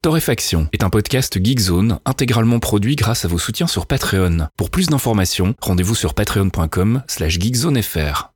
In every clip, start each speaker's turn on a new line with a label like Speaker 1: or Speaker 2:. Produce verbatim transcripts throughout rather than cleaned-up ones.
Speaker 1: Torréfaction est un podcast Geekzone intégralement produit grâce à vos soutiens sur Patreon. Pour plus d'informations, rendez-vous sur patreon.com slash geekzonefr.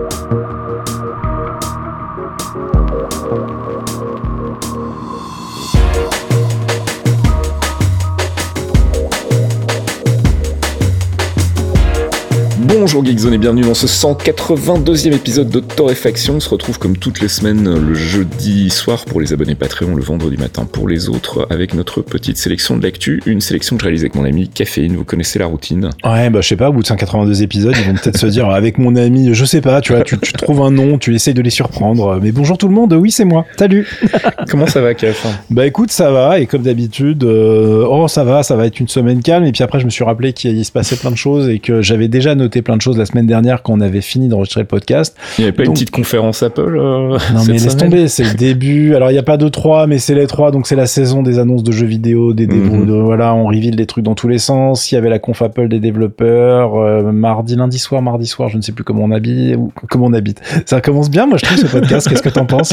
Speaker 2: Bonjour Geekzone et bienvenue dans ce cent quatre-vingt-deuxième épisode de Torréfaction. On se retrouve comme toutes les semaines le jeudi soir pour les abonnés Patreon, le vendredi matin pour les autres, avec notre petite sélection de l'actu, une sélection que je réalise avec mon ami Caféine. Vous connaissez la routine?
Speaker 3: Ouais, bah je sais pas, au bout de cent quatre-vingt-deux épisodes, ils vont peut-être se dire avec mon ami, je sais pas, tu vois, tu, tu trouves un nom, tu essayes de les surprendre. Mais bonjour tout le monde, oui c'est moi, salut.
Speaker 2: Comment ça va, Caf?
Speaker 3: Bah écoute, ça va, et comme d'habitude, euh, oh ça va, ça va être une semaine calme, et puis après je me suis rappelé qu'il se passait plein de choses et que j'avais déjà noté plein de choses la semaine dernière quand on avait fini d'enregistrer le podcast.
Speaker 2: Il n'y avait pas
Speaker 3: donc...
Speaker 2: une petite conférence Apple euh,
Speaker 3: Non mais laisse
Speaker 2: semaine.
Speaker 3: tomber, c'est le début. Alors il n'y a pas de trois, mais c'est les trois, donc c'est la saison des annonces de jeux vidéo, des démos, mm-hmm. de, voilà, on reveal des trucs dans tous les sens. Il y avait la conf Apple des développeurs, euh, mardi, lundi soir, mardi soir, je ne sais plus comment on habite, ou comment on habite. Ça commence bien, moi je trouve ce podcast, qu'est-ce que t'en penses?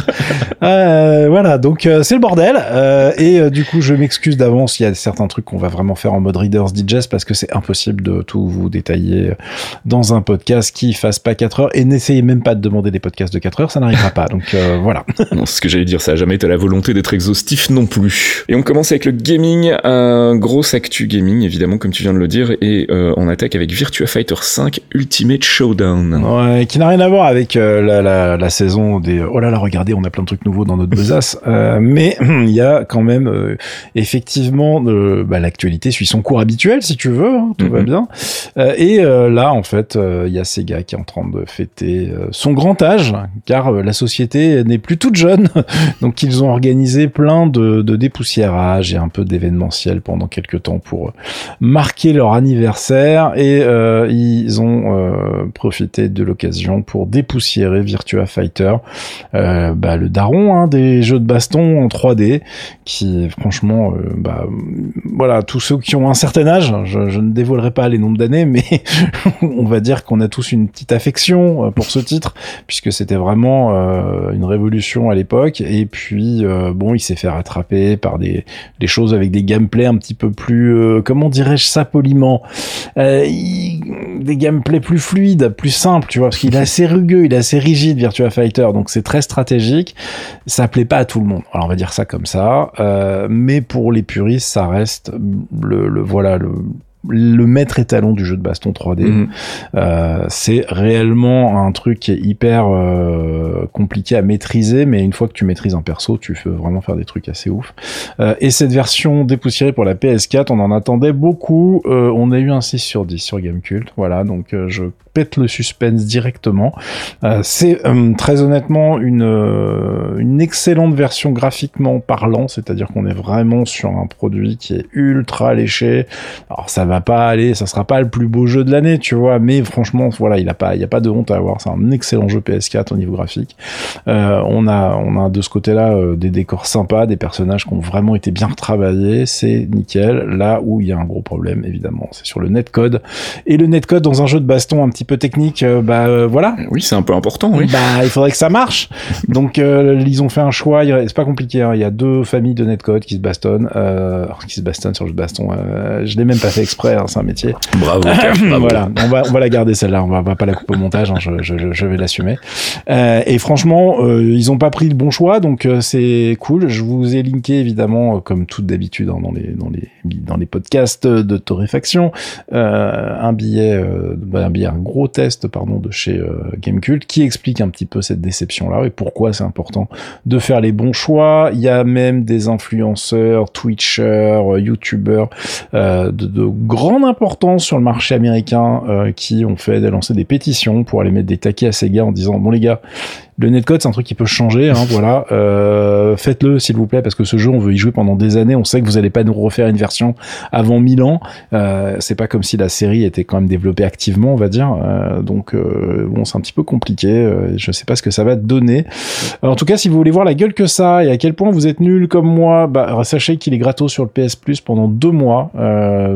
Speaker 3: euh, Voilà, donc euh, c'est le bordel, euh, et euh, du coup je m'excuse d'avance, il y a certains trucs qu'on va vraiment faire en mode Reader's Digest parce que c'est impossible de tout vous détailler dans un podcast qui fasse pas quatre heures, et n'essayez même pas de demander des podcasts de quatre heures, ça n'arrivera pas, donc euh, voilà.
Speaker 2: Non, c'est ce que j'allais dire, ça a jamais été la volonté d'être exhaustif non plus. Et on commence avec le gaming, un gros actu gaming évidemment comme tu viens de le dire, et euh, on attaque avec Virtua Fighter cinq Ultimate Showdown.
Speaker 3: Ouais, qui n'a rien à voir avec euh, la, la, la saison des oh là là regardez on a plein de trucs nouveaux dans notre besace, euh, mais il y a quand même euh, effectivement euh, bah, l'actualité suit son cours habituel si tu veux, hein, tout mm-hmm. va bien, euh, et euh, là en fait il euh, y a Sega qui est en train de fêter euh, son grand âge, car euh, la société n'est plus toute jeune, donc ils ont organisé plein de, de dépoussiérages et un peu d'événementiel pendant quelques temps pour euh, marquer leur anniversaire, et euh, ils ont euh, profité de l'occasion pour dépoussiérer Virtua Fighter, euh, bah, le daron hein, des jeux de baston en trois D, qui franchement, euh, bah, voilà, tous ceux qui ont un certain âge, je, je ne dévoilerai pas les nombres d'années, mais on va dire qu'on a tous une petite affection pour ce titre, puisque c'était vraiment euh, une révolution à l'époque, et puis euh, bon, il s'est fait rattraper par des, des choses avec des gameplays un petit peu plus, euh, comment dirais-je ça poliment, euh, il, des gameplays plus fluides, plus simples, tu vois, parce qu'il est assez rugueux, il est assez rigide, Virtua Fighter, donc c'est très stratégique, ça plaît pas à tout le monde, alors on va dire ça comme ça, euh, mais pour les puristes, ça reste le, le voilà, le le maître étalon du jeu de baston trois D. Mmh. Euh, c'est réellement un truc qui est hyper euh, compliqué à maîtriser, mais une fois que tu maîtrises un perso, tu peux vraiment faire des trucs assez ouf. Euh, et cette version dépoussiérée pour la P S quatre, on en attendait beaucoup. Euh, on a eu un six sur dix sur Gamecult. Voilà, donc euh, je pète le suspense directement. Euh, c'est euh, très honnêtement une, euh, une excellente version graphiquement parlant, c'est-à-dire qu'on est vraiment sur un produit qui est ultra léché. Alors ça va pas aller, ça sera pas le plus beau jeu de l'année, tu vois, mais franchement, voilà, il a pas, il y a pas de honte à avoir. C'est un excellent jeu P S quatre au niveau graphique. Euh, on a, on a de ce côté-là euh, des décors sympas, des personnages qui ont vraiment été bien retravaillés, c'est nickel. Là où il y a un gros problème, évidemment, c'est sur le netcode. Et le netcode dans un jeu de baston un petit peu technique, euh, bah euh, voilà.
Speaker 2: Oui, c'est un peu important, oui.
Speaker 3: Bah, il faudrait que ça marche. Donc, euh, ils ont fait un choix. C'est pas compliqué. Hein. Il y a deux familles de netcode qui se bastonnent, euh, qui se bastonnent sur le jeu de baston. Euh, je l'ai même pas fait exprès. Hein, c'est un métier.
Speaker 2: Bravo, bravo.
Speaker 3: Voilà, on va on va la garder celle-là, on va, on va pas la couper au montage, hein, je, je, je vais l'assumer. Euh, et franchement, euh, ils ont pas pris le bon choix, donc euh, c'est cool. Je vous ai linké évidemment, euh, comme tout d'habitude, hein, dans les dans les dans les podcasts de Torréfaction, euh, un billet, euh, un billet, un gros test, pardon, de chez euh, Gamecult qui explique un petit peu cette déception-là et pourquoi c'est important de faire les bons choix. Il y a même des influenceurs, Twitchers, YouTubers euh, de, de grande importance sur le marché américain euh, qui ont fait lancer des pétitions pour aller mettre des taquets à Sega en disant bon les gars, le netcode c'est un truc qui peut changer, hein, voilà, euh, faites-le s'il vous plaît parce que ce jeu on veut y jouer pendant des années, on sait que vous allez pas nous refaire une version avant mille ans, euh, c'est pas comme si la série était quand même développée activement on va dire, euh, donc euh, bon c'est un petit peu compliqué, euh, je sais pas ce que ça va donner. Alors, en tout cas si vous voulez voir la gueule que ça et à quel point vous êtes nuls comme moi, bah sachez qu'il est gratos sur le P S Plus pendant deux mois, euh, il y a plein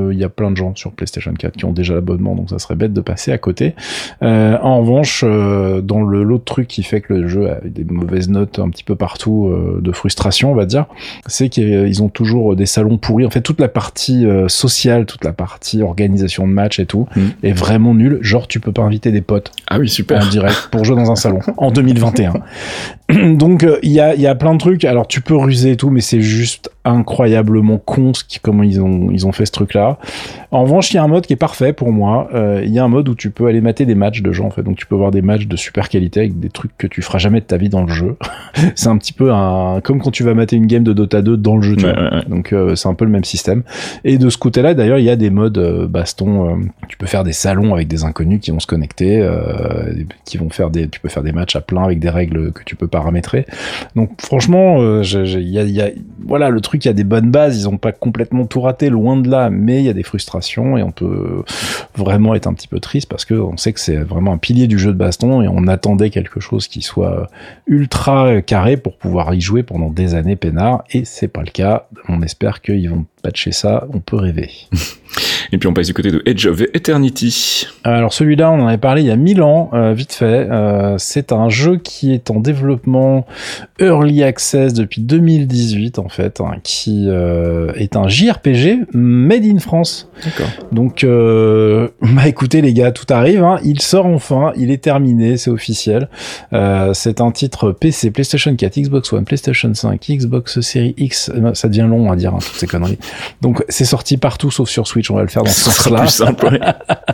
Speaker 3: plein de gens sur PlayStation quatre qui ont déjà l'abonnement, donc ça serait bête de passer à côté. Euh, en revanche, euh, dans le l'autre truc qui fait que le jeu a des mauvaises notes un petit peu partout, euh, de frustration, on va dire, c'est qu'ils ont toujours des salons pourris. En fait, toute la partie euh, sociale, toute la partie organisation de match et tout, mmh. est vraiment nulle. Genre, tu peux pas inviter des potes.
Speaker 2: Ah oui, super.
Speaker 3: En direct pour jouer dans un salon en deux mille vingt et un. Donc il euh, y a il y a plein de trucs. Alors tu peux ruser et tout, mais c'est juste incroyablement con ce qui, comment ils ont ils ont fait ce truc là. En revanche, il y a un mode qui est parfait pour moi. Il euh, y a un mode où tu peux aller mater des matchs de gens en fait. Donc tu peux voir des matchs de super qualité avec des trucs que tu feras jamais de ta vie dans le jeu. C'est un petit peu un comme quand tu vas mater une game de Dota deux dans le jeu. Tu
Speaker 2: ouais,
Speaker 3: vois.
Speaker 2: Ouais, ouais.
Speaker 3: Donc euh, c'est un peu le même système. Et de ce côté-là, d'ailleurs, il y a des modes euh, baston. Euh, tu peux faire des salons avec des inconnus qui vont se connecter, euh, qui vont faire des. Tu peux faire des matchs à plein avec des règles que tu peux paramétrer. Donc franchement, euh, il y a, y a voilà le truc, il y a des bonnes bases. Ils ont pas complètement tout raté, loin de là, mais il y a des frustrations et on peut vraiment être un petit peu triste parce que on sait que c'est vraiment un pilier du jeu de baston et on attendait quelque chose qui soit ultra carré pour pouvoir y jouer pendant des années peinard et c'est pas le cas. On espère qu'ils vont patcher ça, on peut rêver.
Speaker 2: Et puis on passe du côté de Edge of Eternity.
Speaker 3: Alors celui-là, on en avait parlé il y a mille ans, euh, vite fait. Euh, c'est un jeu qui est en développement Early Access depuis deux mille dix-huit en fait, hein, qui euh, est un J R P G made in France.
Speaker 2: D'accord.
Speaker 3: Donc, euh, bah écoutez les gars, tout arrive. Hein, il sort enfin, il est terminé, c'est officiel. Euh, c'est un titre P C, PlayStation quatre, Xbox One, PlayStation cinq, Xbox Series X. Ça devient long à dire, hein, toutes ces conneries. Donc c'est sorti partout sauf sur Switch. On va le faire dans ce sens-là.
Speaker 2: Plus simple. Ouais.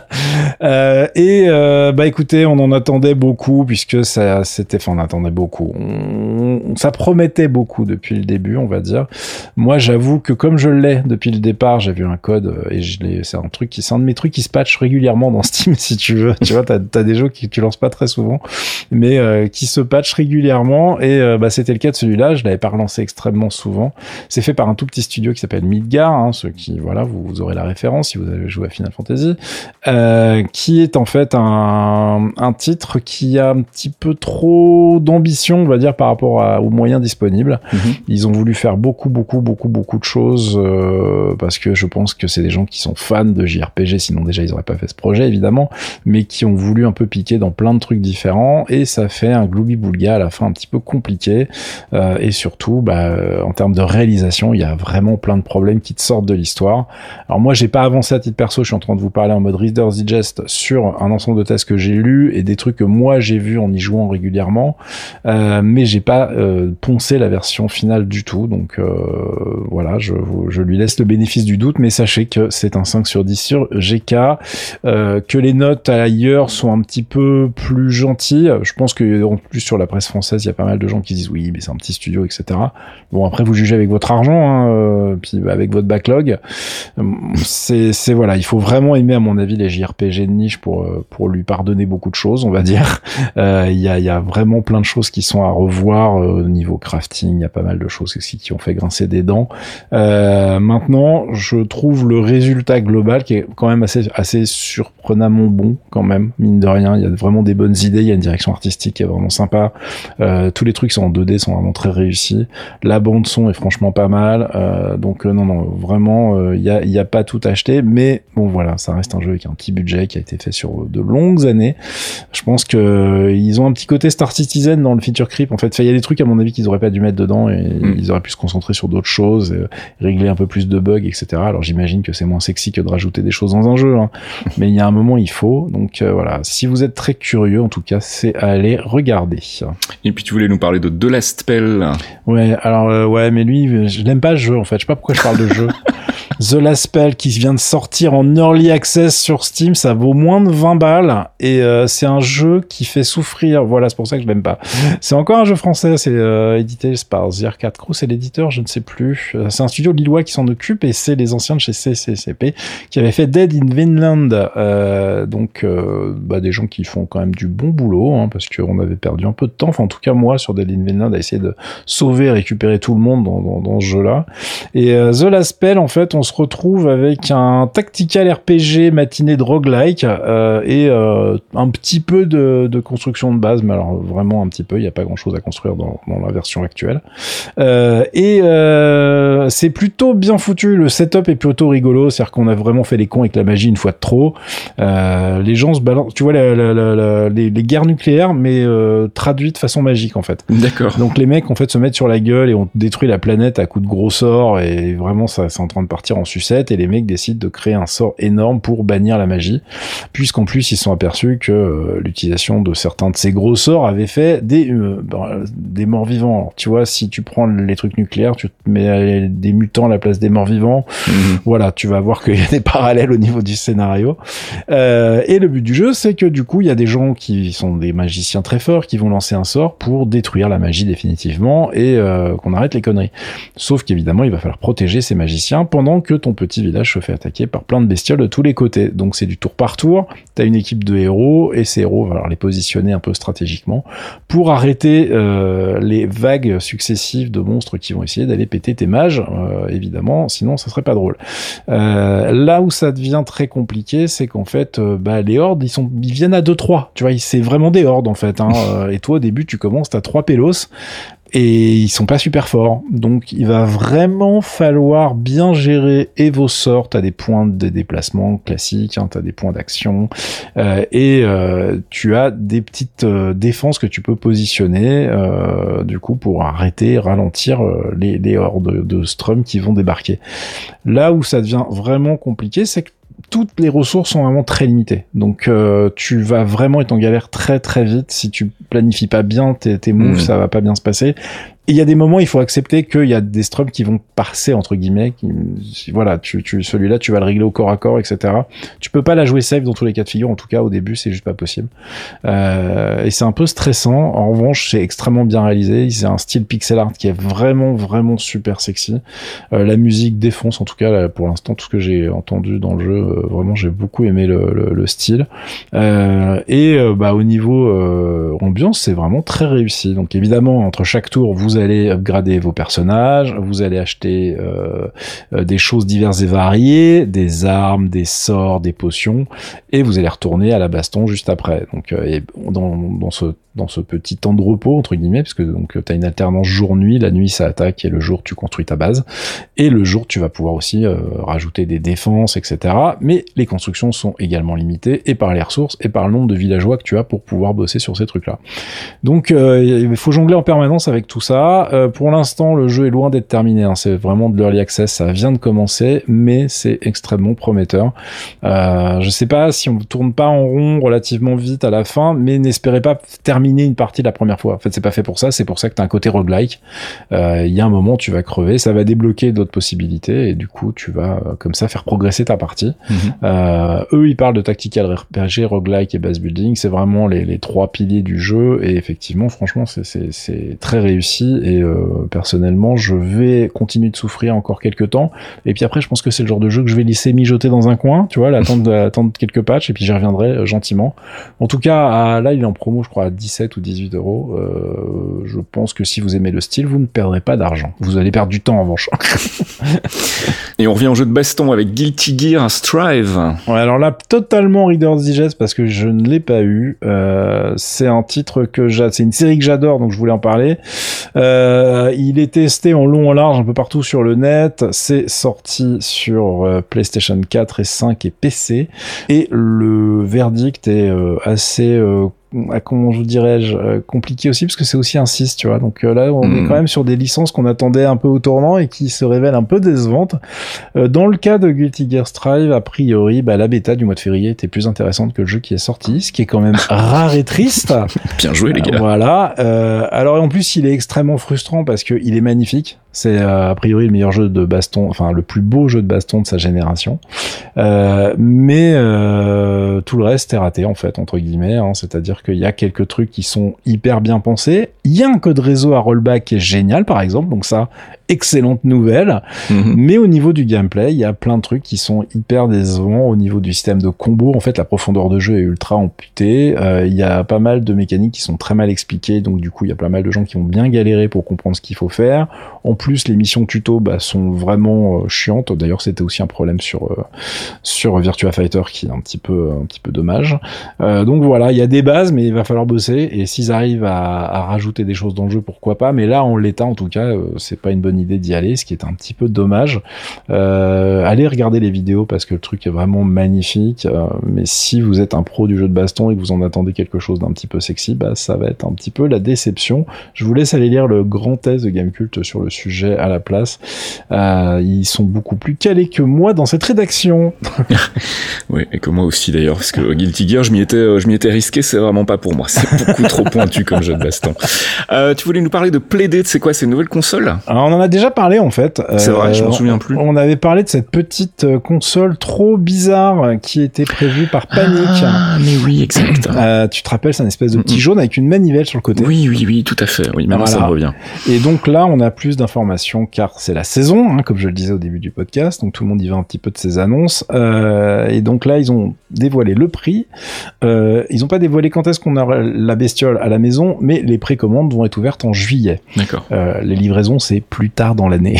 Speaker 3: euh, et euh, bah écoutez, on en attendait beaucoup puisque ça, c'était, enfin on attendait beaucoup. On, ça promettait beaucoup depuis le début, on va dire. Moi, j'avoue que comme je l'ai depuis le départ, j'ai vu un code et je l'ai. C'est un truc qui, c'est un de mes trucs qui se patch régulièrement dans Steam, si tu veux. Tu vois, t'as, t'as des jeux qui tu lances pas très souvent, mais euh, qui se patchent régulièrement. Et euh, bah c'était le cas de celui-là. Je l'avais pas relancé extrêmement souvent. C'est fait par un tout petit studio qui s'appelle Midgar. Hein, ceux qui, voilà, vous, vous aurez la référence si vous avez joué à Final Fantasy, euh, qui est en fait un, un titre qui a un petit peu trop d'ambition, on va dire, par rapport à, aux moyens disponibles. Mm-hmm. Ils ont voulu faire beaucoup, beaucoup, beaucoup, beaucoup de choses euh, parce que je pense que c'est des gens qui sont fans de J R P G, sinon déjà ils auraient pas fait ce projet évidemment, mais qui ont voulu un peu piquer dans plein de trucs différents et ça fait un gloubi-boulga à la fin un petit peu compliqué euh, et surtout, bah, en termes de réalisation, il y a vraiment plein de problèmes qui te sortent de l'histoire. Alors moi, j'ai pas avancé à titre perso, je suis en train de vous parler en mode Reader's Digest sur un ensemble de tests que j'ai lus et des trucs que moi j'ai vus en y jouant régulièrement, euh, mais j'ai pas euh, poncé la version finale du tout, donc euh, voilà, je, je lui laisse le bénéfice du doute, mais sachez que c'est un cinq sur dix sur G K, euh, que les notes ailleurs sont un petit peu plus gentilles. Je pense que en plus sur la presse française, il y a pas mal de gens qui disent oui, mais c'est un petit studio, et cetera. Bon, après vous jugez avec votre argent, hein, euh, puis avec votre backlog. C'est, c'est voilà, il faut vraiment aimer à mon avis les J R P G de niche pour pour lui pardonner beaucoup de choses, on va dire. Il euh, y a il y a vraiment plein de choses qui sont à revoir euh, au niveau crafting. Il y a pas mal de choses aussi qui ont fait grincer des dents. Euh, maintenant, je trouve le résultat global qui est quand même assez assez surprenamment bon quand même, mine de rien. Il y a vraiment des bonnes idées. Il y a une direction artistique qui est vraiment sympa. Euh, tous les trucs sont en deux D, sont vraiment très réussis. La bande son est franchement pas mal. Euh, donc euh, non non, vraiment il euh, y a il y a pas tout acheté, mais bon voilà, ça reste un jeu avec un petit budget qui a été fait sur de longues années. Je pense que euh, ils ont un petit côté Star Citizen dans le feature creep. En fait, il y a des trucs à mon avis qu'ils auraient pas dû mettre dedans et mm. ils auraient pu se concentrer sur d'autres choses, et régler un peu plus de bugs, et cetera. Alors j'imagine que c'est moins sexy que de rajouter des choses dans un jeu, hein. Mais il y a un moment il faut. Donc euh, voilà, si vous êtes très curieux, en tout cas, c'est à aller regarder.
Speaker 2: Et puis tu voulais nous parler de The Last Spell.
Speaker 3: Ouais, alors euh, ouais, mais lui, je l'aime pas ce jeu en fait. Je sais pas pourquoi je parle de jeu. The Last Spell qui vient de sortir en Early Access sur Steam, ça vaut moins de vingt balles et euh, c'est un jeu qui fait souffrir. Voilà, c'est pour ça que je l'aime pas. C'est encore un jeu français, c'est euh, édité par The Arcade Crew, c'est l'éditeur, je ne sais plus. C'est un studio lillois qui s'en occupe et c'est les anciens de chez C C C P qui avaient fait Dead in Vinland. Euh, donc, euh, bah, des gens qui font quand même du bon boulot, hein, parce qu'on avait perdu un peu de temps. Enfin, en tout cas, moi, sur Dead in Vinland, à essayer de sauver et récupérer tout le monde dans, dans, dans ce jeu-là. Et euh, The Last Spell, en fait, on on se retrouve avec un tactical R P G matiné de roguelike euh, et euh, un petit peu de, de construction de base, mais alors vraiment un petit peu, il n'y a pas grand-chose à construire dans, dans la version actuelle. Euh, et euh, c'est plutôt bien foutu, le setup est plutôt rigolo, c'est-à-dire qu'on a vraiment fait les cons avec la magie une fois de trop. Euh, les gens se balancent, tu vois, la, la, la, la, les, les guerres nucléaires, mais euh, traduites de façon magique en fait.
Speaker 2: D'accord.
Speaker 3: Donc les mecs en fait se mettent sur la gueule et on détruit la planète à coups de gros sorts et vraiment ça c'est en train de partir en sucette et les mecs décident de créer un sort énorme pour bannir la magie, puisqu'en plus ils se sont aperçus que euh, l'utilisation de certains de ces gros sorts avait fait des euh, des morts vivants. Alors, tu vois, si tu prends les trucs nucléaires, tu te mets des mutants à la place des morts vivants, mmh. voilà, tu vas voir qu'il y a des parallèles au niveau du scénario. Euh, et le but du jeu, c'est que du coup, il y a des gens qui sont des magiciens très forts qui vont lancer un sort pour détruire la magie définitivement et euh, qu'on arrête les conneries. Sauf qu'évidemment, il va falloir protéger ces magiciens pendant que ton petit village se fait attaquer par plein de bestioles de tous les côtés. Donc c'est du tour par tour, t'as une équipe de héros et ces héros, va falloir les positionner un peu stratégiquement pour arrêter euh, les vagues successives de monstres qui vont essayer d'aller péter tes mages, euh, évidemment, sinon ça serait pas drôle. Euh, là où ça devient très compliqué, c'est qu'en fait, euh, bah, les hordes, ils sont, ils viennent à deux trois, tu vois, c'est vraiment des hordes en fait, hein, et toi au début tu commences, t'as trois pélos, et ils sont pas super forts. Donc il va vraiment falloir bien gérer et vos sorts, t'as des points de déplacement classiques, hein, t'as des points d'action, euh, et euh, tu as des petites euh, défenses que tu peux positionner, euh, du coup pour arrêter, ralentir euh, les, les hordes de, de Strum qui vont débarquer. Là où ça devient vraiment compliqué, c'est que toutes les ressources sont vraiment très limitées. Donc euh, tu vas vraiment être en galère très très vite si tu planifies pas bien tes, tes moves, mmh. ça va pas bien se passer. Et il y a des moments, il faut accepter qu'il y a des strums qui vont passer, entre guillemets, qui, voilà, tu, tu, celui-là, tu vas le régler au corps à corps, et cetera. Tu peux pas la jouer safe dans tous les cas de figure, en tout cas, au début, c'est juste pas possible. Euh, et c'est un peu stressant. En revanche, c'est extrêmement bien réalisé. C'est un style pixel art qui est vraiment, vraiment super sexy. Euh, la musique défonce, en tout cas, là, pour l'instant, tout ce que j'ai entendu dans le jeu, euh, vraiment, j'ai beaucoup aimé le, le, le style. Euh, et, euh, bah, au niveau, euh, ambiance, c'est vraiment très réussi. Donc, évidemment, entre chaque tour, vous Vous allez upgrader vos personnages, vous allez acheter euh, euh, des choses diverses et variées, des armes, des sorts, des potions, et vous allez retourner à la baston juste après. Donc, euh, et dans, dans ce dans ce petit temps de repos entre guillemets, parce que donc t'as une alternance jour-nuit, la nuit ça attaque et le jour tu construis ta base, et le jour tu vas pouvoir aussi euh, rajouter des défenses, et cetera. Mais les constructions sont également limitées et par les ressources et par le nombre de villageois que tu as pour pouvoir bosser sur ces trucs-là. Donc euh, il faut jongler en permanence avec tout ça. Euh, pour l'instant, le jeu est loin d'être terminé. Hein. C'est vraiment de l'early access, ça vient de commencer, mais c'est extrêmement prometteur. Euh, je sais pas si on tourne pas en rond relativement vite à la fin, mais n'espérez pas terminer une partie la première fois. En fait, c'est pas fait pour ça. C'est pour ça que t'as un côté roguelike. Il euh, y a un moment, tu vas crever, ça va débloquer d'autres possibilités, et du coup, tu vas euh, comme ça faire progresser ta partie. Mm-hmm. Euh, eux, ils parlent de tactical R P G, roguelike et base building. C'est vraiment les, les trois piliers du jeu, et effectivement, franchement, c'est, c'est, c'est très réussi. Et euh, personnellement, je vais continuer de souffrir encore quelques temps. Et puis après, je pense que c'est le genre de jeu que je vais laisser mijoter dans un coin, tu vois, l'attendre, attendre quelques patchs, et puis j'y reviendrai euh, gentiment. En tout cas, à, là, il est en promo, je crois, à dix-sept ou dix-huit euros. Euh, je pense que si vous aimez le style, vous ne perdrez pas d'argent. Vous allez perdre du temps, en revanche.
Speaker 2: Et on revient au jeu de baston avec Guilty Gear Strive.
Speaker 3: Ouais, alors là, totalement Reader's Digest, parce que je ne l'ai pas eu. Euh, c'est un titre que j'adore, c'est une série que j'adore, donc je voulais en parler. Euh, il est testé en long, en large, un peu partout sur le net. C'est sorti sur euh, PlayStation quatre et cinq et P C. Et le verdict est euh, assez... Euh, comment je vous dirais-je, euh, compliqué aussi, parce que c'est aussi un six, tu vois. Donc euh, là, on mmh. est quand même sur des licences qu'on attendait un peu au tournant et qui se révèlent un peu décevantes. Euh, dans le cas de Guilty Gear Strive, a priori, bah, la bêta du mois de février était plus intéressante que le jeu qui est sorti, ce qui est quand même rare et triste.
Speaker 2: Bien joué, les gars.
Speaker 3: Euh, voilà. Euh, alors, en plus, il est extrêmement frustrant parce que il est magnifique. C'est euh, a priori le meilleur jeu de baston, enfin le plus beau jeu de baston de sa génération. Euh, mais euh, tout le reste est raté en fait, entre guillemets. Hein, c'est-à-dire qu'il y a quelques trucs qui sont hyper bien pensés. Il y a un code réseau à rollback qui est génial, par exemple, donc ça, excellente nouvelle. Mm-hmm. Mais au niveau du gameplay, il y a plein de trucs qui sont hyper décevants au niveau du système de combo. En fait, la profondeur de jeu est ultra amputée. Euh, il y a pas mal de mécaniques qui sont très mal expliquées, donc du coup, il y a pas mal de gens qui vont bien galérer pour comprendre ce qu'il faut faire. En plus, les missions tuto bah, sont vraiment euh, chiantes. D'ailleurs, c'était aussi un problème sur euh, sur Virtua Fighter qui est un petit peu un petit peu dommage. Euh, donc voilà, il y a des bases, mais il va falloir bosser. Et s'ils arrivent à, à rajouter des choses dans le jeu, pourquoi pas. Mais là, en l'état, en tout cas, euh, c'est pas une bonne idée d'y aller, ce qui est un petit peu dommage. Euh, allez regarder les vidéos parce que le truc est vraiment magnifique. Euh, mais si vous êtes un pro du jeu de baston et que vous en attendez quelque chose d'un petit peu sexy, bah ça va être un petit peu la déception. Je vous laisse aller lire le grand test de Gamekult sur le sujet à la place. Euh, ils sont beaucoup plus calés que moi dans cette rédaction.
Speaker 2: Oui, et que moi aussi d'ailleurs, parce que Guilty Gear, je m'y étais, je m'y étais risqué, c'est vraiment pas pour moi. C'est beaucoup trop pointu comme jeu de baston. Euh, tu voulais nous parler de Playdate, c'est quoi, c'est une nouvelle console?
Speaker 3: Alors, on en a déjà parlé en fait.
Speaker 2: C'est euh, vrai, je m'en
Speaker 3: on,
Speaker 2: souviens plus.
Speaker 3: On avait parlé de cette petite console trop bizarre qui était prévue par Panic.
Speaker 2: Ah, mais oui, exact.
Speaker 3: Euh, tu te rappelles, c'est un espèce de petit mm-hmm. jaune avec une manivelle sur le côté.
Speaker 2: Oui, oui, oui, tout à fait. Oui, maintenant voilà. Ça revient.
Speaker 3: Et donc là, on a plus d'informations car c'est la saison, hein, comme je le disais au début du podcast. Donc tout le monde y va un petit peu de ses annonces. Euh, et donc là, ils ont dévoilé le prix. Euh, ils n'ont pas dévoilé quand est-ce qu'on aura la bestiole à la maison, mais les précommandes vont être ouvertes en juillet.
Speaker 2: D'accord.
Speaker 3: Euh, les livraisons, c'est plus tard dans l'année.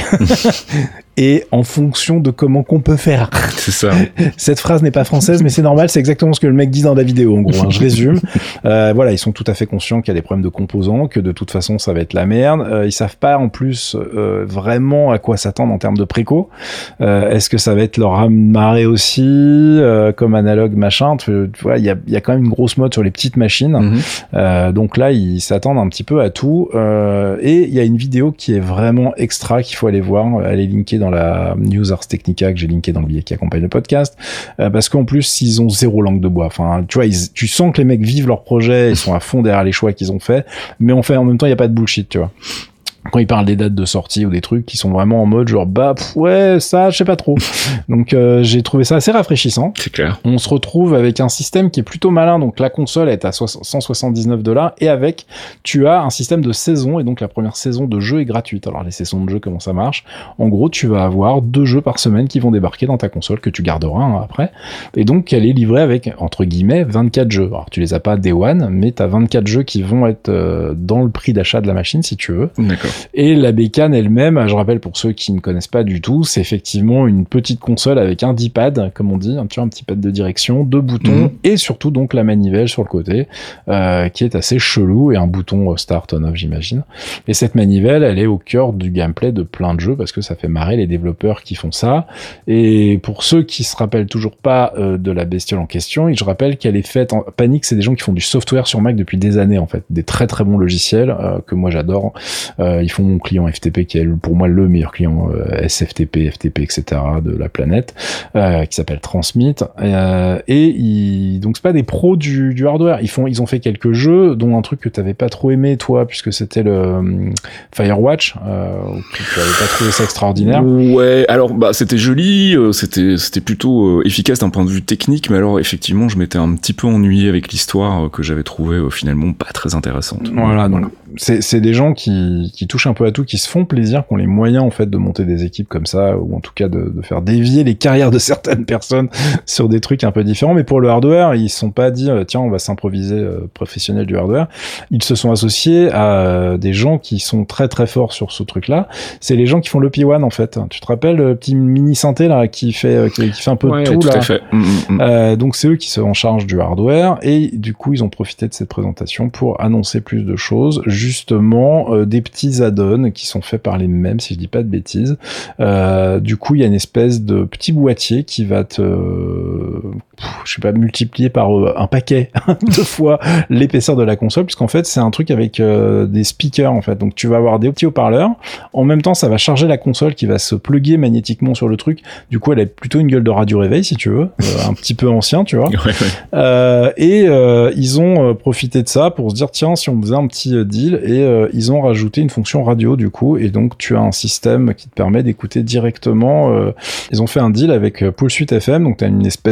Speaker 3: Et en fonction de comment qu'on peut faire.
Speaker 2: C'est ça.
Speaker 3: Cette phrase n'est pas française, mais c'est normal, c'est exactement ce que le mec dit dans la vidéo, en gros, hein. Je résume. Euh, voilà, ils sont tout à fait conscients qu'il y a des problèmes de composants, que de toute façon, ça va être la merde. Euh, ils savent pas, en plus, euh, vraiment à quoi s'attendre en termes de préco. Euh, est-ce que ça va être leur âme-marée aussi, euh, comme analogue, machin. Tu, tu vois, il y a, y a quand même une grosse mode sur les petites machines. Mm-hmm. Euh, donc là, ils s'attendent un petit peu à tout. Euh, et il y a une vidéo qui est vraiment extra, qu'il faut aller voir. Elle est linkée dans la News Ars Technica que j'ai linké dans le billet qui accompagne le podcast, euh, parce qu'en plus ils ont zéro langue de bois. Enfin, tu vois, ils, tu sens que les mecs vivent leur projet, ils sont à fond derrière les choix qu'ils ont fait, mais en fait en même temps il y a pas de bullshit, tu vois. Quand ils parlent des dates de sortie ou des trucs qui sont vraiment en mode genre bah pff, ouais ça je sais pas trop. Donc euh, j'ai trouvé ça assez rafraîchissant.
Speaker 2: C'est clair.
Speaker 3: On se retrouve avec un système qui est plutôt malin, donc la console est à cent soixante-dix-neuf dollars et avec tu as un système de saison et donc la première saison de jeu est gratuite. Alors les saisons de jeu comment ça marche? En gros tu vas avoir deux jeux par semaine qui vont débarquer dans ta console que tu garderas hein, après et donc elle est livrée avec entre guillemets vingt-quatre jeux. Alors tu les as pas day one mais t'as vingt-quatre jeux qui vont être euh, dans le prix d'achat de la machine si tu veux.
Speaker 2: D'accord.
Speaker 3: Et la bécane elle-même, je rappelle pour ceux qui ne connaissent pas du tout, c'est effectivement une petite console avec un D-pad, comme on dit, tu vois, un petit pad de direction, deux boutons, mmh. et surtout donc la manivelle sur le côté, euh, qui est assez chelou, et un bouton start on off j'imagine. Et cette manivelle, elle est au cœur du gameplay de plein de jeux, parce que ça fait marrer les développeurs qui font ça. Et pour ceux qui se rappellent toujours pas euh, de la bestiole en question, je rappelle qu'elle est faite en Panic, c'est des gens qui font du software sur Mac depuis des années en fait, des très très bons logiciels euh, que moi j'adore. Euh, ils font mon client F T P qui est pour moi le meilleur client euh, S F T P, F T P, et cetera de la planète, euh, qui s'appelle Transmit. Euh, et ils, donc c'est pas des pros du, du hardware. Ils font, ils ont fait quelques jeux, dont un truc que t'avais pas trop aimé toi, puisque c'était le euh, Firewatch. Euh, tu avais pas trouvé ça extraordinaire.
Speaker 2: Ouais. Alors bah c'était joli, euh, c'était c'était plutôt euh, efficace d'un point de vue technique, mais alors effectivement je m'étais un petit peu ennuyé avec l'histoire euh, que j'avais trouvée euh, finalement pas très intéressante.
Speaker 3: Voilà. Donc c'est c'est des gens qui qui touchent un peu à tout, qui se font plaisir, qui ont les moyens en fait de monter des équipes comme ça, ou en tout cas de, de faire dévier les carrières de certaines personnes sur des trucs un peu différents. Mais pour le hardware, ils se sont pas dit tiens on va s'improviser euh, professionnel du hardware. Ils se sont associés à euh, des gens qui sont très très forts sur ce truc-là. C'est les gens qui font le P un en fait. Tu te rappelles le petit mini synthé là qui fait euh, qui, qui fait un peu
Speaker 2: ouais,
Speaker 3: de tout,
Speaker 2: tout
Speaker 3: là.
Speaker 2: À fait. Mmh, mmh.
Speaker 3: Euh, donc c'est eux qui sont en charge du hardware et du coup ils ont profité de cette présentation pour annoncer plus de choses, justement euh, des petits add-ons qui sont faits par les mêmes, si je dis pas de bêtises. Euh, du coup, il y a une espèce de petit boîtier qui va te, euh, je sais pas, multiplier par euh, un paquet deux fois l'épaisseur de la console, puisqu'en fait, c'est un truc avec euh, des speakers, en fait. Donc, tu vas avoir des petits haut-parleurs. En même temps, ça va charger la console qui va se plugger magnétiquement sur le truc. Du coup, elle a plutôt une gueule de radio réveil, si tu veux. Euh, un petit peu ancien, tu vois.
Speaker 2: Ouais, ouais.
Speaker 3: Euh, et euh, ils ont euh, profité de ça pour se dire, tiens, si on faisait un petit euh, deal, et euh, ils ont rajouté une fonction radio, du coup, et donc tu as un système qui te permet d'écouter directement. Euh, ils ont fait un deal avec Pulse huit F M, donc tu as une espèce de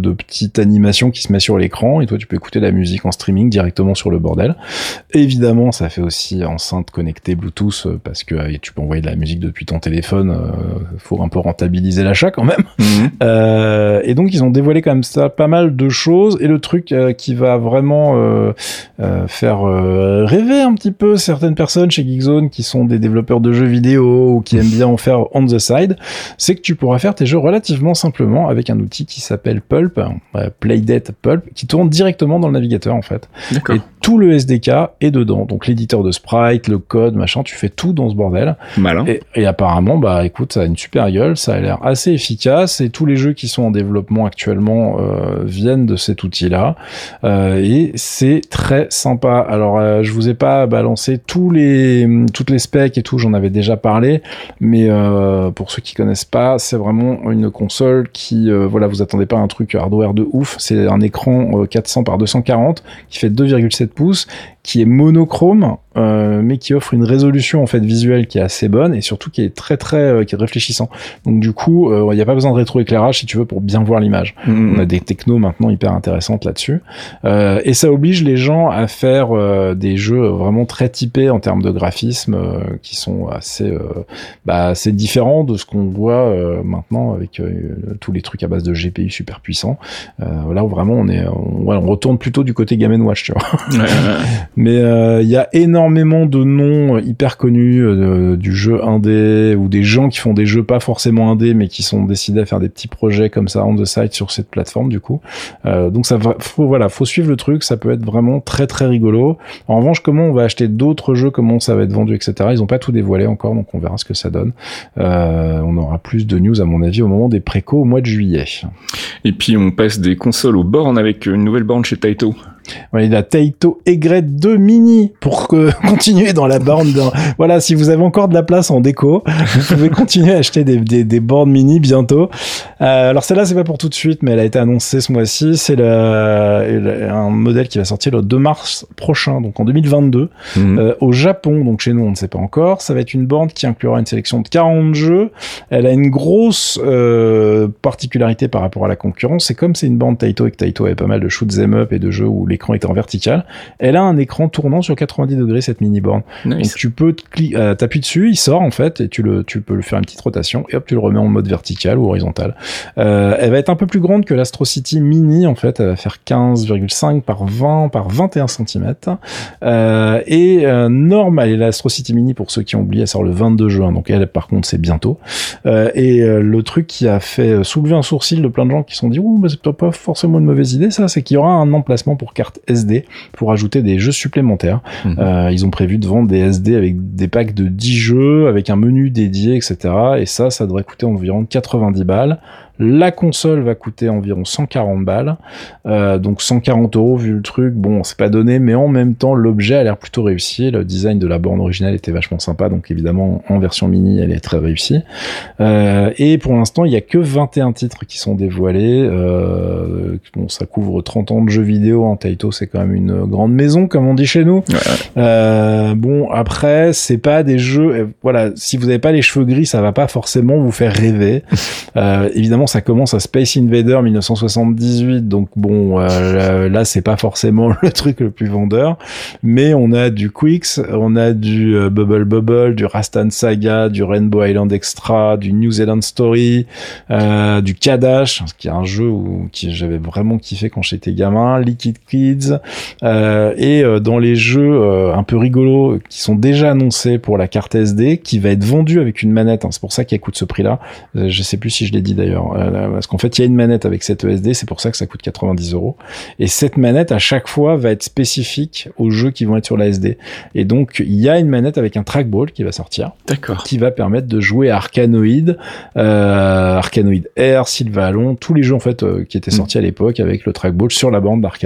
Speaker 3: de petite animation qui se met sur l'écran et toi tu peux écouter la musique en streaming directement sur le bordel. Évidemment, ça fait aussi enceinte connectée Bluetooth parce que euh, tu peux envoyer de la musique depuis ton téléphone. Euh, faut un peu rentabiliser l'achat quand même. Mmh. Euh, et donc ils ont dévoilé comme ça pas mal de choses et le truc euh, qui va vraiment euh, euh, faire euh, rêver un petit peu certaines personnes chez Geekzone qui sont des développeurs de jeux vidéo ou qui aiment bien en faire on the side, c'est que tu pourras faire tes jeux relativement simplement avec un outil qui s'appelle Pulp, euh, Playdate Pulp, qui tourne directement dans le navigateur en fait.
Speaker 2: D'accord.
Speaker 3: Et tout le S D K est dedans, donc l'éditeur de sprite, le code, machin, tu fais tout dans ce bordel.
Speaker 2: Malin.
Speaker 3: Et, et apparemment, bah écoute, ça a une super gueule, ça a l'air assez efficace et tous les jeux qui sont en développement actuellement euh, viennent de cet outil-là euh, et c'est très sympa. Alors euh, je vous ai pas balancé tous les toutes les specs et tout, j'en avais déjà parlé, mais euh, pour ceux qui connaissent pas, c'est vraiment une console qui euh, voilà, vous attendez pas à un truc hardware de ouf, c'est un écran euh, quatre cents par deux cent quarante qui fait deux virgule sept pouces, qui est monochrome euh, mais qui offre une résolution en fait visuelle qui est assez bonne et surtout qui est très très euh, qui est réfléchissant. Donc du coup, il euh, n'y a pas besoin de rétroéclairage si tu veux pour bien voir l'image. Mmh. On a des technos maintenant hyper intéressantes là-dessus euh, et ça oblige les gens à faire euh, des jeux vraiment très typés en termes de graphisme euh, qui sont assez euh, bah assez différents de ce qu'on voit euh, maintenant avec euh, tous les trucs à base de G P U super puissants. Euh, là où vraiment on est on, ouais, on retourne plutôt du côté Game and Watch, tu vois. Ouais, ouais. Mais il euh, y a énormément de noms hyper connus euh, du jeu indé ou des gens qui font des jeux pas forcément indé mais qui sont décidés à faire des petits projets comme ça on the side sur cette plateforme du coup. Euh, donc ça va, faut voilà, faut suivre le truc, ça peut être vraiment très très rigolo. En revanche, comment on va acheter d'autres jeux, comment ça va être vendu, et cetera. Ils ont pas tout dévoilé encore, donc on verra ce que ça donne. Euh, on aura plus de news à mon avis au moment des précos au mois de juillet.
Speaker 2: Et puis on passe des consoles aux bornes avec une nouvelle borne chez Taito.
Speaker 3: Ouais, la Taito Egret deux Mini pour que, continuer dans la borne. Dans, voilà, si vous avez encore de la place en déco, vous pouvez continuer à acheter des, des, des bornes mini bientôt. Euh, alors celle-là, c'est pas pour tout de suite, mais elle a été annoncée ce mois-ci. C'est le, un modèle qui va sortir le deux mars prochain, donc en deux mille vingt-deux, mmh. euh, au Japon. Donc chez nous, on ne sait pas encore. Ça va être une borne qui inclura une sélection de quarante jeux. Elle a une grosse euh, particularité par rapport à la concurrence. C'est comme c'est une borne Taito et que Taito avait pas mal de shoot 'em up et de jeux où l'écran était en vertical. Elle a un écran tournant sur quatre-vingt-dix degrés, cette mini borne. Nice. Donc tu peux cli- euh, t'appuies dessus, il sort en fait, et tu le, tu peux le faire une petite rotation, et hop, tu le remets en mode vertical ou horizontal. Euh, elle va être un peu plus grande que l'Astro City Mini, en fait, elle va faire quinze virgule cinq par vingt par vingt et un centimètres. Euh, et euh, normal, et l'Astro City Mini, pour ceux qui ont oublié, elle sort le vingt-deux juin, donc elle, par contre, c'est bientôt. Euh, et euh, le truc qui a fait soulever un sourcil de plein de gens qui se sont dit, ouh, bah, c'est pas forcément une mauvaise idée, ça, c'est qu'il y aura un emplacement pour carte S D pour ajouter des jeux supplémentaires. Mmh. Euh, ils ont prévu de vendre des S D avec des packs de dix jeux, avec un menu dédié, et cetera. Et ça, ça devrait coûter environ quatre-vingt-dix balles. La console va coûter environ cent quarante balles, euh, donc cent quarante euros vu le truc. Bon, c'est pas donné, mais en même temps, l'objet a l'air plutôt réussi. Le design de la borne originale était vachement sympa, donc évidemment, en version mini, elle est très réussie. Euh, et pour l'instant, il y a que vingt et un titres qui sont dévoilés. Euh, bon, ça couvre trente ans de jeux vidéo. En Taito, c'est quand même une grande maison, comme on dit chez nous. Ouais. Euh, bon, après, c'est pas des jeux. Voilà, si vous n'avez pas les cheveux gris, ça va pas forcément vous faire rêver. Euh, évidemment, ça commence à Space Invader dix-neuf cent soixante-dix-huit, donc bon, euh, là c'est pas forcément le truc le plus vendeur, mais on a du Quicks, on a du euh, Bubble Bubble, du Rastan Saga, du Rainbow Island Extra, du New Zealand Story, euh, du Kadash, qui est un jeu où qui j'avais vraiment kiffé quand j'étais gamin, Liquid Kids, euh, et euh, dans les jeux euh, un peu rigolos qui sont déjà annoncés pour la carte S D, qui va être vendue avec une manette, hein, c'est pour ça qu'elle coûte ce prix-là, euh, je sais plus si je l'ai dit d'ailleurs. Parce qu'en fait, il y a une manette avec cette E S D, c'est pour ça que ça coûte quatre-vingt-dix euros. Et cette manette, à chaque fois, va être spécifique aux jeux qui vont être sur la S D. Et donc, il y a une manette avec un trackball qui va sortir.
Speaker 2: D'accord.
Speaker 3: Qui va permettre de jouer à Arkanoid, euh, Arkanoid Air, Sylvalon, tous les jeux, en fait, euh, qui étaient sortis mmh. à l'époque avec le trackball sur la borne d'arcade. Et ça,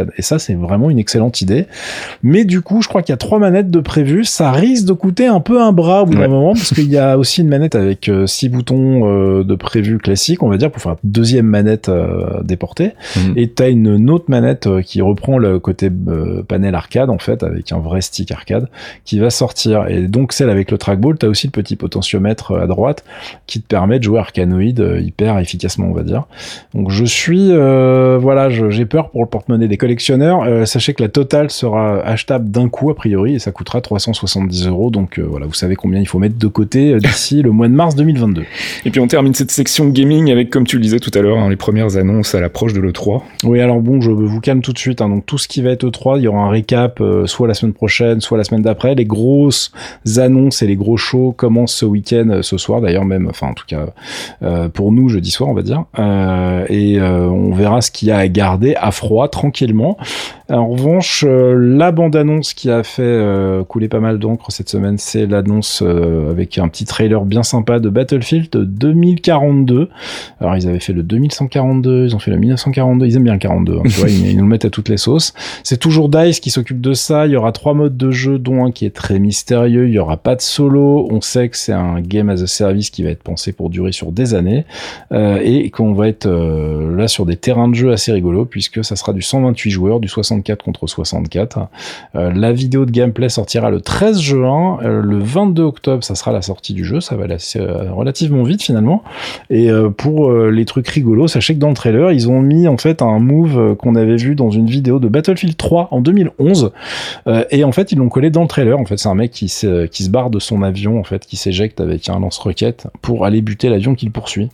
Speaker 3: c'est vraiment une excellente idée. Mais du coup, je crois qu'il y a trois manettes de prévues. Ça risque de coûter un peu un bras au bout d'un ouais. moment, parce qu'il y a aussi une manette avec euh, six boutons euh, de prévu classique, on va dire, pour faire une deuxième manette euh, déportée. Mmh. Et t'as une, une autre manette euh, qui reprend le côté euh, panel arcade, en fait, avec un vrai stick arcade, qui va sortir. Et donc, celle avec le trackball, t'as aussi le petit potentiomètre à droite, qui te permet de jouer Arkanoid euh, hyper efficacement, on va dire. Donc, je suis, euh, voilà, je, j'ai peur pour le porte-monnaie des collectionneurs. Euh, sachez que la totale sera achetable d'un coup, a priori, et ça coûtera trois cent soixante-dix euros. Donc, euh, voilà, vous savez combien il faut mettre de côté euh, d'ici le mois de mars deux mille vingt-deux.
Speaker 2: Et puis, on termine cette section gaming avec, comme tu le disais tout à l'heure, hein, les premières annonces à l'approche de l'E trois.
Speaker 3: Oui, alors bon, je vous calme tout de suite. Hein, donc, tout ce qui va être E trois, il y aura un récap, euh, soit la semaine prochaine, soit la semaine d'après. Les grosses annonces et les gros shows commencent ce week-end, euh, ce soir d'ailleurs même, enfin, en tout cas, euh, pour nous, jeudi soir, on va dire. Euh, et euh, on verra ce qu'il y a à garder à froid, tranquillement. En revanche, euh, la bande-annonce qui a fait euh, couler pas mal d'encre cette semaine, c'est l'annonce euh, avec un petit trailer bien sympa de Battlefield deux mille quarante-deux. Alors, ils avaient fait le deux mille cent quarante-deux, ils ont fait le mille neuf cent quarante-deux, ils aiment bien le quarante-deux, hein, tu vois, ils, ils nous le mettent à toutes les sauces. C'est toujours DICE qui s'occupe de ça, il y aura trois modes de jeu, dont un qui est très mystérieux, il y aura pas de solo, on sait que c'est un game as a service qui va être pensé pour durer sur des années, euh, et qu'on va être euh, là sur des terrains de jeu assez rigolos, puisque ça sera du cent vingt-huit joueurs, du soixante-quatre contre soixante-quatre. Euh, la vidéo de gameplay sortira le treize juin, euh, le vingt-deux octobre, ça sera la sortie du jeu, ça va aller assez, euh, relativement vite finalement. Et euh, pour euh, les trucs rigolos, sachez que dans le trailer, ils ont mis en fait un move euh, qu'on avait vu dans une vidéo de Battlefield trois en deux mille onze, euh, et en fait ils l'ont collé dans le trailer. En fait, c'est un mec qui se, qui se barre de son avion, en fait, qui s'éjecte avec un lance-roquette pour aller buter l'avion qu'il poursuit.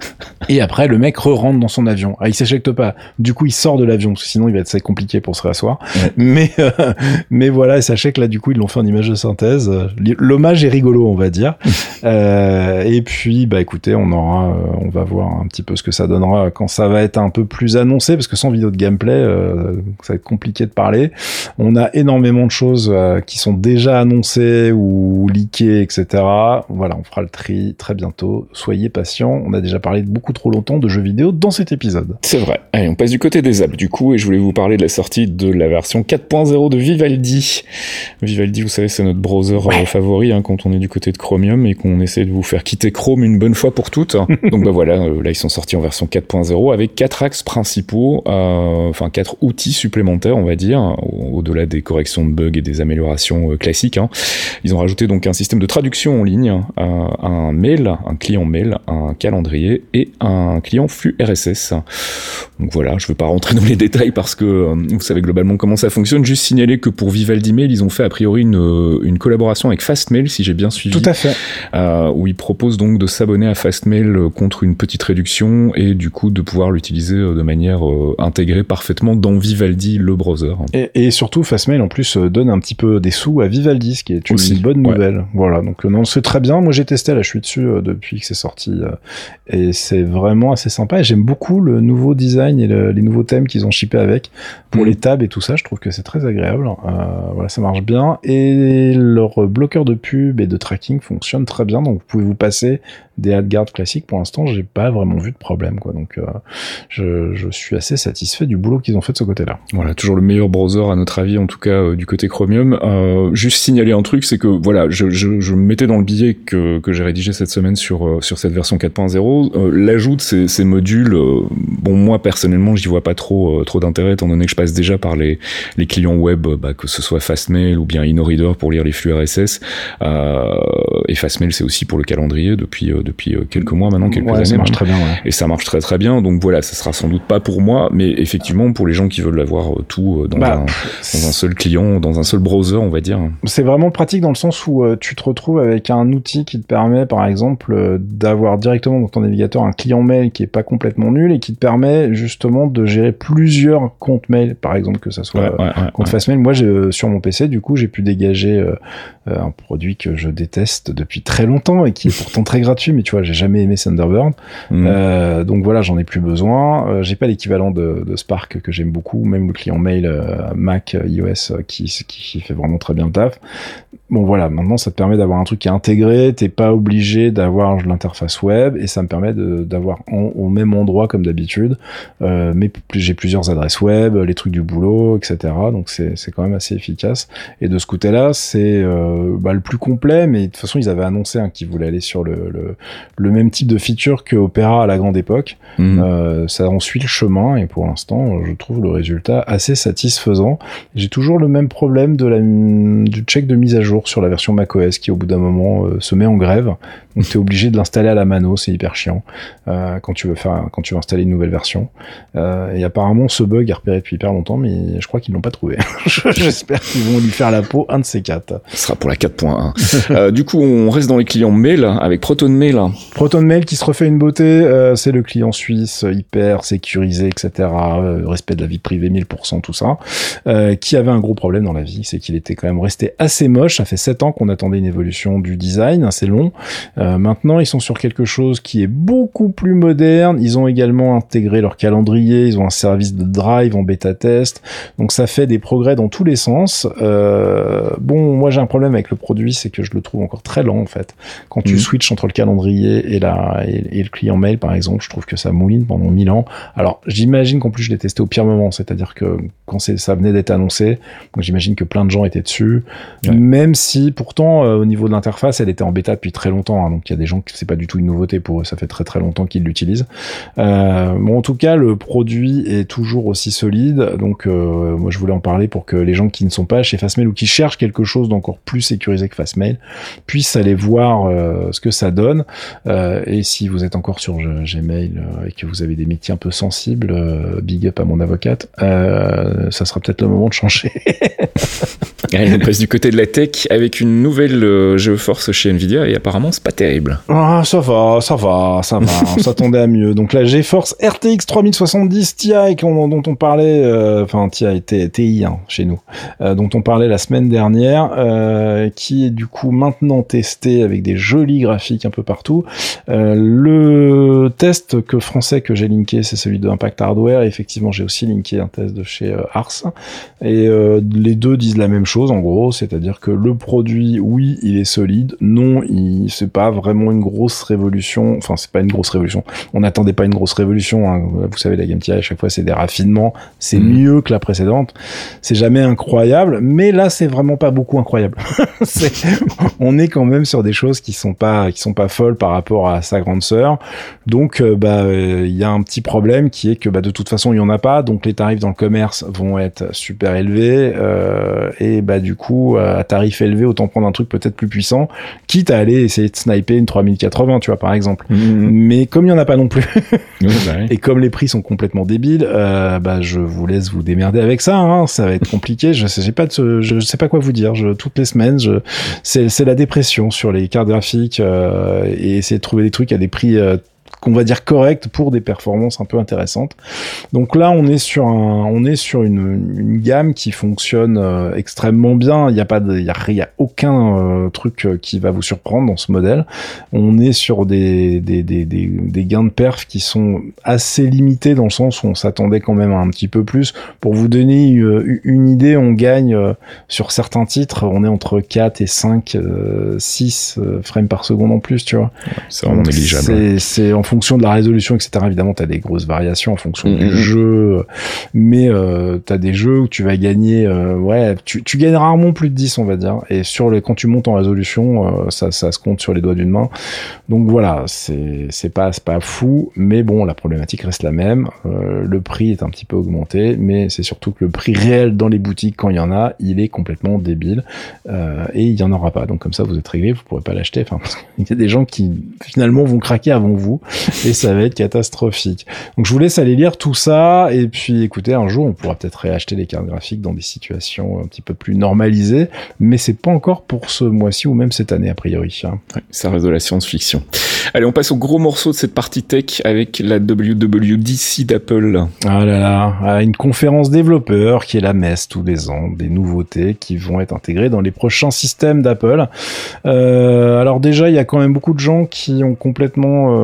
Speaker 3: Et après, le mec re-rentre dans son avion. Ah, il s'éjecte pas. Du coup, il sort de l'avion, parce que sinon, il va être assez compliqué pour se réasseoir. Ouais. Mais, euh, mais voilà, sachez que là, du coup, ils l'ont fait en image de synthèse. L'hommage est rigolo, on va dire. euh, et puis, bah, écoutez, on aura, euh, on va voir un petit peu ce que ça donnera quand ça va être un peu plus annoncé, parce que sans vidéo de gameplay, euh, ça va être compliqué de parler. On a énormément de choses euh, qui sont déjà annoncées ou leakées, et cetera. Voilà, on fera le tri très bientôt. Soyez patients. On a déjà parlé de beaucoup trop longtemps de jeux vidéo dans cet épisode.
Speaker 2: C'est vrai. Allez, on passe du côté des apps du coup, et je voulais vous parler de la sortie de la version quatre point zéro de Vivaldi. Vivaldi, vous savez, c'est notre browser ouais. euh, favori hein, quand on est du côté de Chromium et qu'on essaie de vous faire quitter Chrome une bonne fois pour toutes. Donc bah voilà, euh, là ils sont sortis en version quatre point zéro avec quatre axes principaux, euh, enfin quatre outils supplémentaires, on va dire, au- au-delà des corrections de bugs et des améliorations euh, classiques. Hein. Ils ont rajouté donc un système de traduction en ligne, euh, un mail, un client mail, un calendrier et un client flux R S S. Donc voilà, je ne veux pas rentrer dans les détails parce que euh, vous savez globalement comment ça fonctionne. Juste signaler que pour Vivaldi Mail, ils ont fait a priori une, une collaboration avec Fastmail, si j'ai bien suivi.
Speaker 3: Tout à fait.
Speaker 2: Euh, où ils proposent donc de s'abonner à Fastmail contre une petite réduction et du coup de pouvoir l'utiliser de manière euh, intégrée parfaitement dans Vivaldi, le browser.
Speaker 3: Et, et surtout, Fastmail en plus euh, donne un petit peu des sous à Vivaldi, ce qui est une
Speaker 2: Aussi,
Speaker 3: bonne
Speaker 2: ouais.
Speaker 3: nouvelle. Voilà, donc euh, non, c'est très bien. Moi, j'ai testé, là, je suis dessus euh, depuis que c'est sorti, euh, et c'est vraiment assez sympa. Et j'aime beaucoup le nouveau design et le, les nouveaux thèmes qu'ils ont shippés avec pour
Speaker 2: mmh.
Speaker 3: les tabs et tout ça. Je trouve que c'est très agréable. Euh, voilà, ça marche bien. Et leur bloqueur de pub et de tracking fonctionne très bien. Donc, vous pouvez vous passer des AdGuard classiques. Pour l'instant, j'ai pas vraiment vu de problème, quoi. Donc, euh, je, je suis assez satisfait du boulot qu'ils ont fait de ce côté-là.
Speaker 2: Voilà, toujours le meilleur browser à notre avis, en tout cas euh, du côté Chromium. Euh, juste signaler un truc, c'est que voilà, je, je, je me mettais dans le billet que, que j'ai rédigé cette semaine sur euh, sur cette version quatre point zéro. Euh, l'ajout de ces, ces modules, euh, bon moi personnellement, j'y vois pas trop euh, trop d'intérêt, étant donné que je passe déjà par les les clients web, bah, que ce soit Fastmail ou bien InnoReader pour lire les flux R S S. Euh, et Fastmail, c'est aussi pour le calendrier depuis euh, depuis quelques mois maintenant, quelques
Speaker 3: ouais,
Speaker 2: années.
Speaker 3: Ça marche
Speaker 2: même.
Speaker 3: très bien. Ouais.
Speaker 2: Et ça marche très très bien. Donc voilà, ça sera sans doute pas pour moi, mais effectivement pour les gens qui veulent avoir tout dans,
Speaker 3: bah,
Speaker 2: un, dans un seul client, dans un seul browser, on va dire.
Speaker 3: C'est vraiment pratique dans le sens où euh, tu te retrouves avec un outil qui te permet, par exemple, euh, d'avoir directement dans ton navigateur un client mail qui est pas complètement nul et qui te permet justement de gérer plusieurs comptes mail, par exemple, que ça soit
Speaker 2: Ouais, ouais, ouais,
Speaker 3: compte
Speaker 2: ouais.
Speaker 3: Fastmail. Moi, j'ai, euh, sur mon P C, du coup, j'ai pu dégager euh, euh, un produit que je déteste depuis très longtemps et qui est pourtant très gratuit, mais tu vois, j'ai jamais aimé Thunderbird. Mmh. Euh, donc voilà, j'en ai plus besoin. Euh, j'ai pas l'équivalent de, de Spark que j'aime beaucoup, même le client mail euh, Mac, iOS, euh, qui, qui fait vraiment très bien le taf. bon voilà, maintenant ça te permet d'avoir un truc qui est intégré, t'es pas obligé d'avoir l'interface web, et ça me permet de, d'avoir en, au même endroit comme d'habitude, euh, mais j'ai plusieurs adresses web, les trucs du boulot, et cetera. Donc c'est, c'est quand même assez efficace. Et de ce côté-là, c'est euh, bah, le plus complet, mais de toute façon ils avaient annoncé hein, qu'ils voulaient aller sur le, le, le même type de feature que Opera à la grande époque. Mmh. Euh, ça en suit le chemin, et pour l'instant, je trouve le résultat assez satisfaisant. J'ai toujours le même problème de la, du check de mise à jour sur la version macOS qui au bout d'un moment euh, se met en grève. Donc t'es obligé de l'installer à la mano, c'est hyper chiant euh, quand tu veux faire, quand tu veux installer une nouvelle version. Euh, et apparemment ce bug est repéré depuis hyper longtemps, mais je crois qu'ils l'ont pas trouvé. J'espère qu'ils vont lui faire la peau, un de ces quatre.
Speaker 2: Ce sera pour la quatre point un. euh, du coup, on reste dans les clients mail avec ProtonMail.
Speaker 3: ProtonMail qui se refait une beauté. Euh, c'est le client suisse hyper sécurisé, et cetera. Euh, respect de la vie privée mille pour cent, tout ça. Euh, qui avait un gros problème dans la vie, c'est qu'il était quand même resté assez moche. Ça fait sept ans qu'on attendait une évolution du design, assez long. Euh, maintenant, ils sont sur quelque chose qui est beaucoup plus moderne. Ils ont également intégré leur calendrier. Ils ont un service de drive en bêta test. Donc, ça fait des progrès dans tous les sens. Euh, bon, moi, j'ai un problème avec le produit, c'est que je le trouve encore très lent, en fait. Quand tu mmh. switches entre le calendrier et, la, et, et le client mail, par exemple, je trouve que ça mouline pendant mille ans. Alors, j'imagine qu'en plus, je l'ai testé au pire moment. C'est-à-dire que quand c'est, ça venait d'être annoncé, donc j'imagine que plein de gens étaient dessus. Ouais. Même si, pourtant, euh, au niveau de l'interface, elle était en bêta depuis très longtemps. Hein, donc, il y a des gens qui c'est pas du tout une nouveauté pour eux, ça fait très très longtemps qu'ils l'utilisent. Euh, bon, en tout cas, le produit est toujours aussi solide, donc euh, moi je voulais en parler pour que les gens qui ne sont pas chez Fastmail ou qui cherchent quelque chose d'encore plus sécurisé que Fastmail puissent aller voir euh, ce que ça donne. Euh, et si vous êtes encore sur Gmail euh, et que vous avez des métiers un peu sensibles, euh, big up à mon avocate, euh, ça sera peut-être le moment de changer.
Speaker 2: Allez, on passe du côté de la tech avec une nouvelle euh, GeForce chez Nvidia et apparemment c'est pas terrible.
Speaker 3: Ah, ça va, ça va, ça va. On s'attendait à mieux. Donc la GeForce R T X trois mille soixante-dix Ti qu'on, dont on parlait, euh, enfin Ti, T, TI hein, chez nous, euh, dont on parlait la semaine dernière, euh, qui est du coup maintenant testé avec des jolis graphiques un peu partout. Euh, le test que français que j'ai linké, c'est celui de Impact Hardware. Et effectivement, j'ai aussi linké un test de chez euh, Ars. Et euh, les deux disent la même chose en gros, c'est-à-dire que le produit, oui, il est solide, non, il, c'est pas vraiment une grosse révolution, enfin c'est pas une grosse révolution, on n'attendait pas une grosse révolution, hein. Vous savez la Game T I à chaque fois c'est des raffinements, c'est mmh. mieux que la précédente, c'est jamais incroyable, mais là c'est vraiment pas beaucoup incroyable. c'est, on est quand même sur des choses qui sont pas qui sont pas folles par rapport à sa grande sœur, donc euh, bah il euh, y a un petit problème qui est que bah de toute façon il y en a pas, donc les tarifs dans le commerce vont être super élevés euh, et bah du coup à tarif élevé autant prendre un truc peut-être plus puissant, quitte à aller essayer de sniper une trois mille quatre-vingts, tu vois, par exemple. Mmh. Mais comme il y en a pas non plus, oui, bah oui. Et comme les prix sont complètement débiles, euh, bah je vous laisse vous démerder avec ça. Hein, ça va être compliqué. Je sais, j'ai pas de, ce, je sais pas quoi vous dire. Je, toutes les semaines, je, c'est, c'est la dépression sur les cartes graphiques euh, et essayer de trouver des trucs à des prix euh, qu'on va dire correct pour des performances un peu intéressantes. Donc là, on est sur un, on est sur une, une gamme qui fonctionne euh, extrêmement bien. Il y a pas de, il y a, il y a aucun euh, truc qui va vous surprendre dans ce modèle. On est sur des, des, des, des, des gains de perf qui sont assez limités dans le sens où on s'attendait quand même à un petit peu plus. Pour vous donner une, une idée, on gagne euh, sur certains titres, on est entre quatre et cinq, euh, six euh, frames par seconde en plus, tu vois.
Speaker 2: C'est vraiment négligeable.
Speaker 3: C'est, c'est en fonction de la résolution, et cetera. Évidemment, t'as des grosses variations en fonction mmh. du jeu, mais euh, t'as des jeux où tu vas gagner, euh, ouais, tu, tu gagnes rarement plus de dix, on va dire. Et sur les, quand tu montes en résolution, euh, ça, ça se compte sur les doigts d'une main. Donc voilà, c'est, c'est pas, c'est pas fou, mais bon, la problématique reste la même. Euh, le prix est un petit peu augmenté, mais c'est surtout que le prix réel dans les boutiques, quand il y en a, il est complètement débile, euh, et il y en aura pas. Donc comme ça, vous êtes réglé, vous pourrez pas l'acheter. Enfin, il y a des gens qui finalement vont craquer avant vous. Et ça va être catastrophique. Donc je vous laisse aller lire tout ça, et puis écoutez, un jour on pourra peut-être réacheter les cartes graphiques dans des situations un petit peu plus normalisées, mais c'est pas encore pour ce mois-ci ou même cette année a priori.
Speaker 2: Ouais, ça reste de la science-fiction. Allez, on passe au gros morceau de cette partie tech avec la W W D C d'Apple.
Speaker 3: Ah là là, une conférence développeur qui est la messe tous les ans, des nouveautés qui vont être intégrées dans les prochains systèmes d'Apple. Euh, alors déjà, il y a quand même beaucoup de gens qui ont complètement euh, pété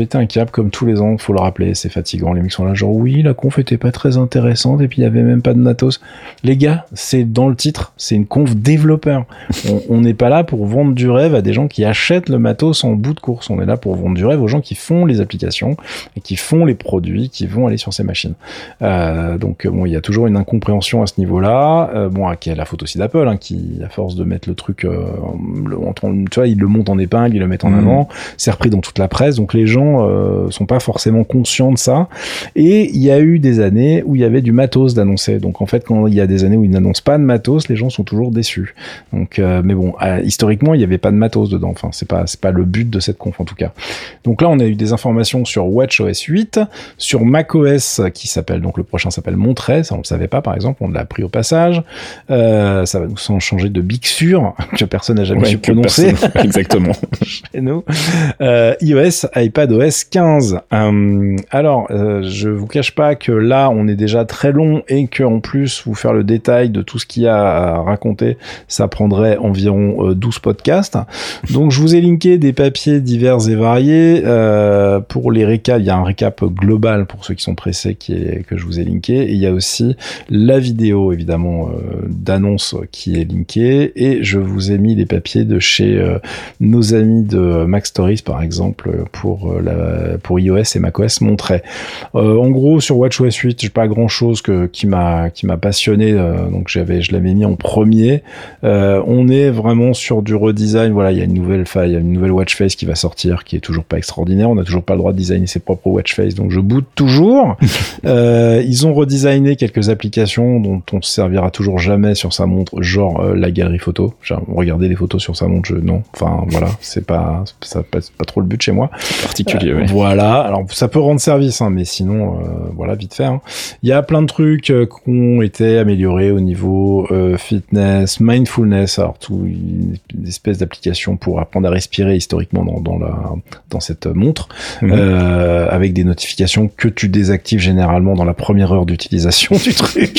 Speaker 3: péter un câble comme tous les ans, faut le rappeler, c'est fatigant. Les mecs sont là genre oui, la conf était pas très intéressante et puis il y avait même pas de matos. Les gars, c'est dans le titre, c'est une conf développeur. On n'est pas là pour vendre du rêve à des gens qui achètent le matos en bout de course. On est là pour vendre du rêve aux gens qui font les applications et qui font les produits, qui vont aller sur ces machines. Euh, donc bon, il y a toujours une incompréhension à ce niveau-là. Euh, bon, qui est la faute aussi d'Apple, hein, qui à force de mettre le truc, euh, le, tu vois, ils le montent en épingle, ils le mettent en avant. Mmh. C'est repris dans toute la presse, donc les gens euh, sont pas forcément conscients de ça. Et il y a eu des années où il y avait du matos d'annoncer. Donc en fait, quand il y a des années où ils n'annoncent pas de matos, les gens sont toujours déçus. Donc, euh, mais bon, euh, historiquement, il y avait pas de matos dedans. Enfin, c'est pas, c'est pas le but de cette conf en tout cas. Donc là, on a eu des informations sur WatchOS huit, sur macOS qui s'appelle, donc le prochain s'appelle Monterey. Ça, on le savait pas, par exemple, on l'a appris au passage. Euh, ça va nous changer de Big Sur que personne n'a jamais ouais, su prononcer.
Speaker 2: Personne... Exactement.
Speaker 3: Chez nous. Euh, iOS, iPadOS quinze. Euh, alors, euh, je vous cache pas que là, on est déjà très long et que en plus, vous faire le détail de tout ce qu'il y a à raconter, ça prendrait environ euh, douze podcasts. Donc, je vous ai linké des papiers divers et variés. Euh, pour les récaps, il y a un récap global pour ceux qui sont pressés qui est, que je vous ai linké. Et il y a aussi la vidéo, évidemment, euh, d'annonce qui est linkée. Et je vous ai mis les papiers de chez euh, nos amis de Mac Stories, par exemple, pour, euh, la, pour iOS et macOS Monterey. Euh, en gros, sur WatchOS huit, j'ai pas grand chose que, qui m'a, qui m'a passionné. Euh, donc, j'avais, je l'avais mis en premier. Euh, on est vraiment sur du redesign. Voilà, il y a une nouvelle faille, il y a une nouvelle watch face qui va sortir, qui est toujours pas extraordinaire. On n'a toujours pas le droit de designer ses propres watch face, donc je boude toujours. euh, ils ont redesigné quelques applications dont on se servira toujours jamais sur sa montre, genre euh, la galerie photo. Genre, regardez les photos sur sa montre, je, non. Enfin, voilà, c'est pas, ça pas, pas trop le but chez moi.
Speaker 2: C'est particulier,
Speaker 3: euh,
Speaker 2: oui.
Speaker 3: Voilà. Alors, ça peut rendre service, hein, mais sinon, euh, voilà, vite fait. Hein. Il y a plein de trucs euh, qui ont été améliorés au niveau euh, fitness, mindfulness, alors tout une, une espèce d'application pour apprendre à respirer historiquement dans, dans la, dans cette montre, mmh. euh, avec des notifications que tu désactives généralement dans la première heure d'utilisation du truc.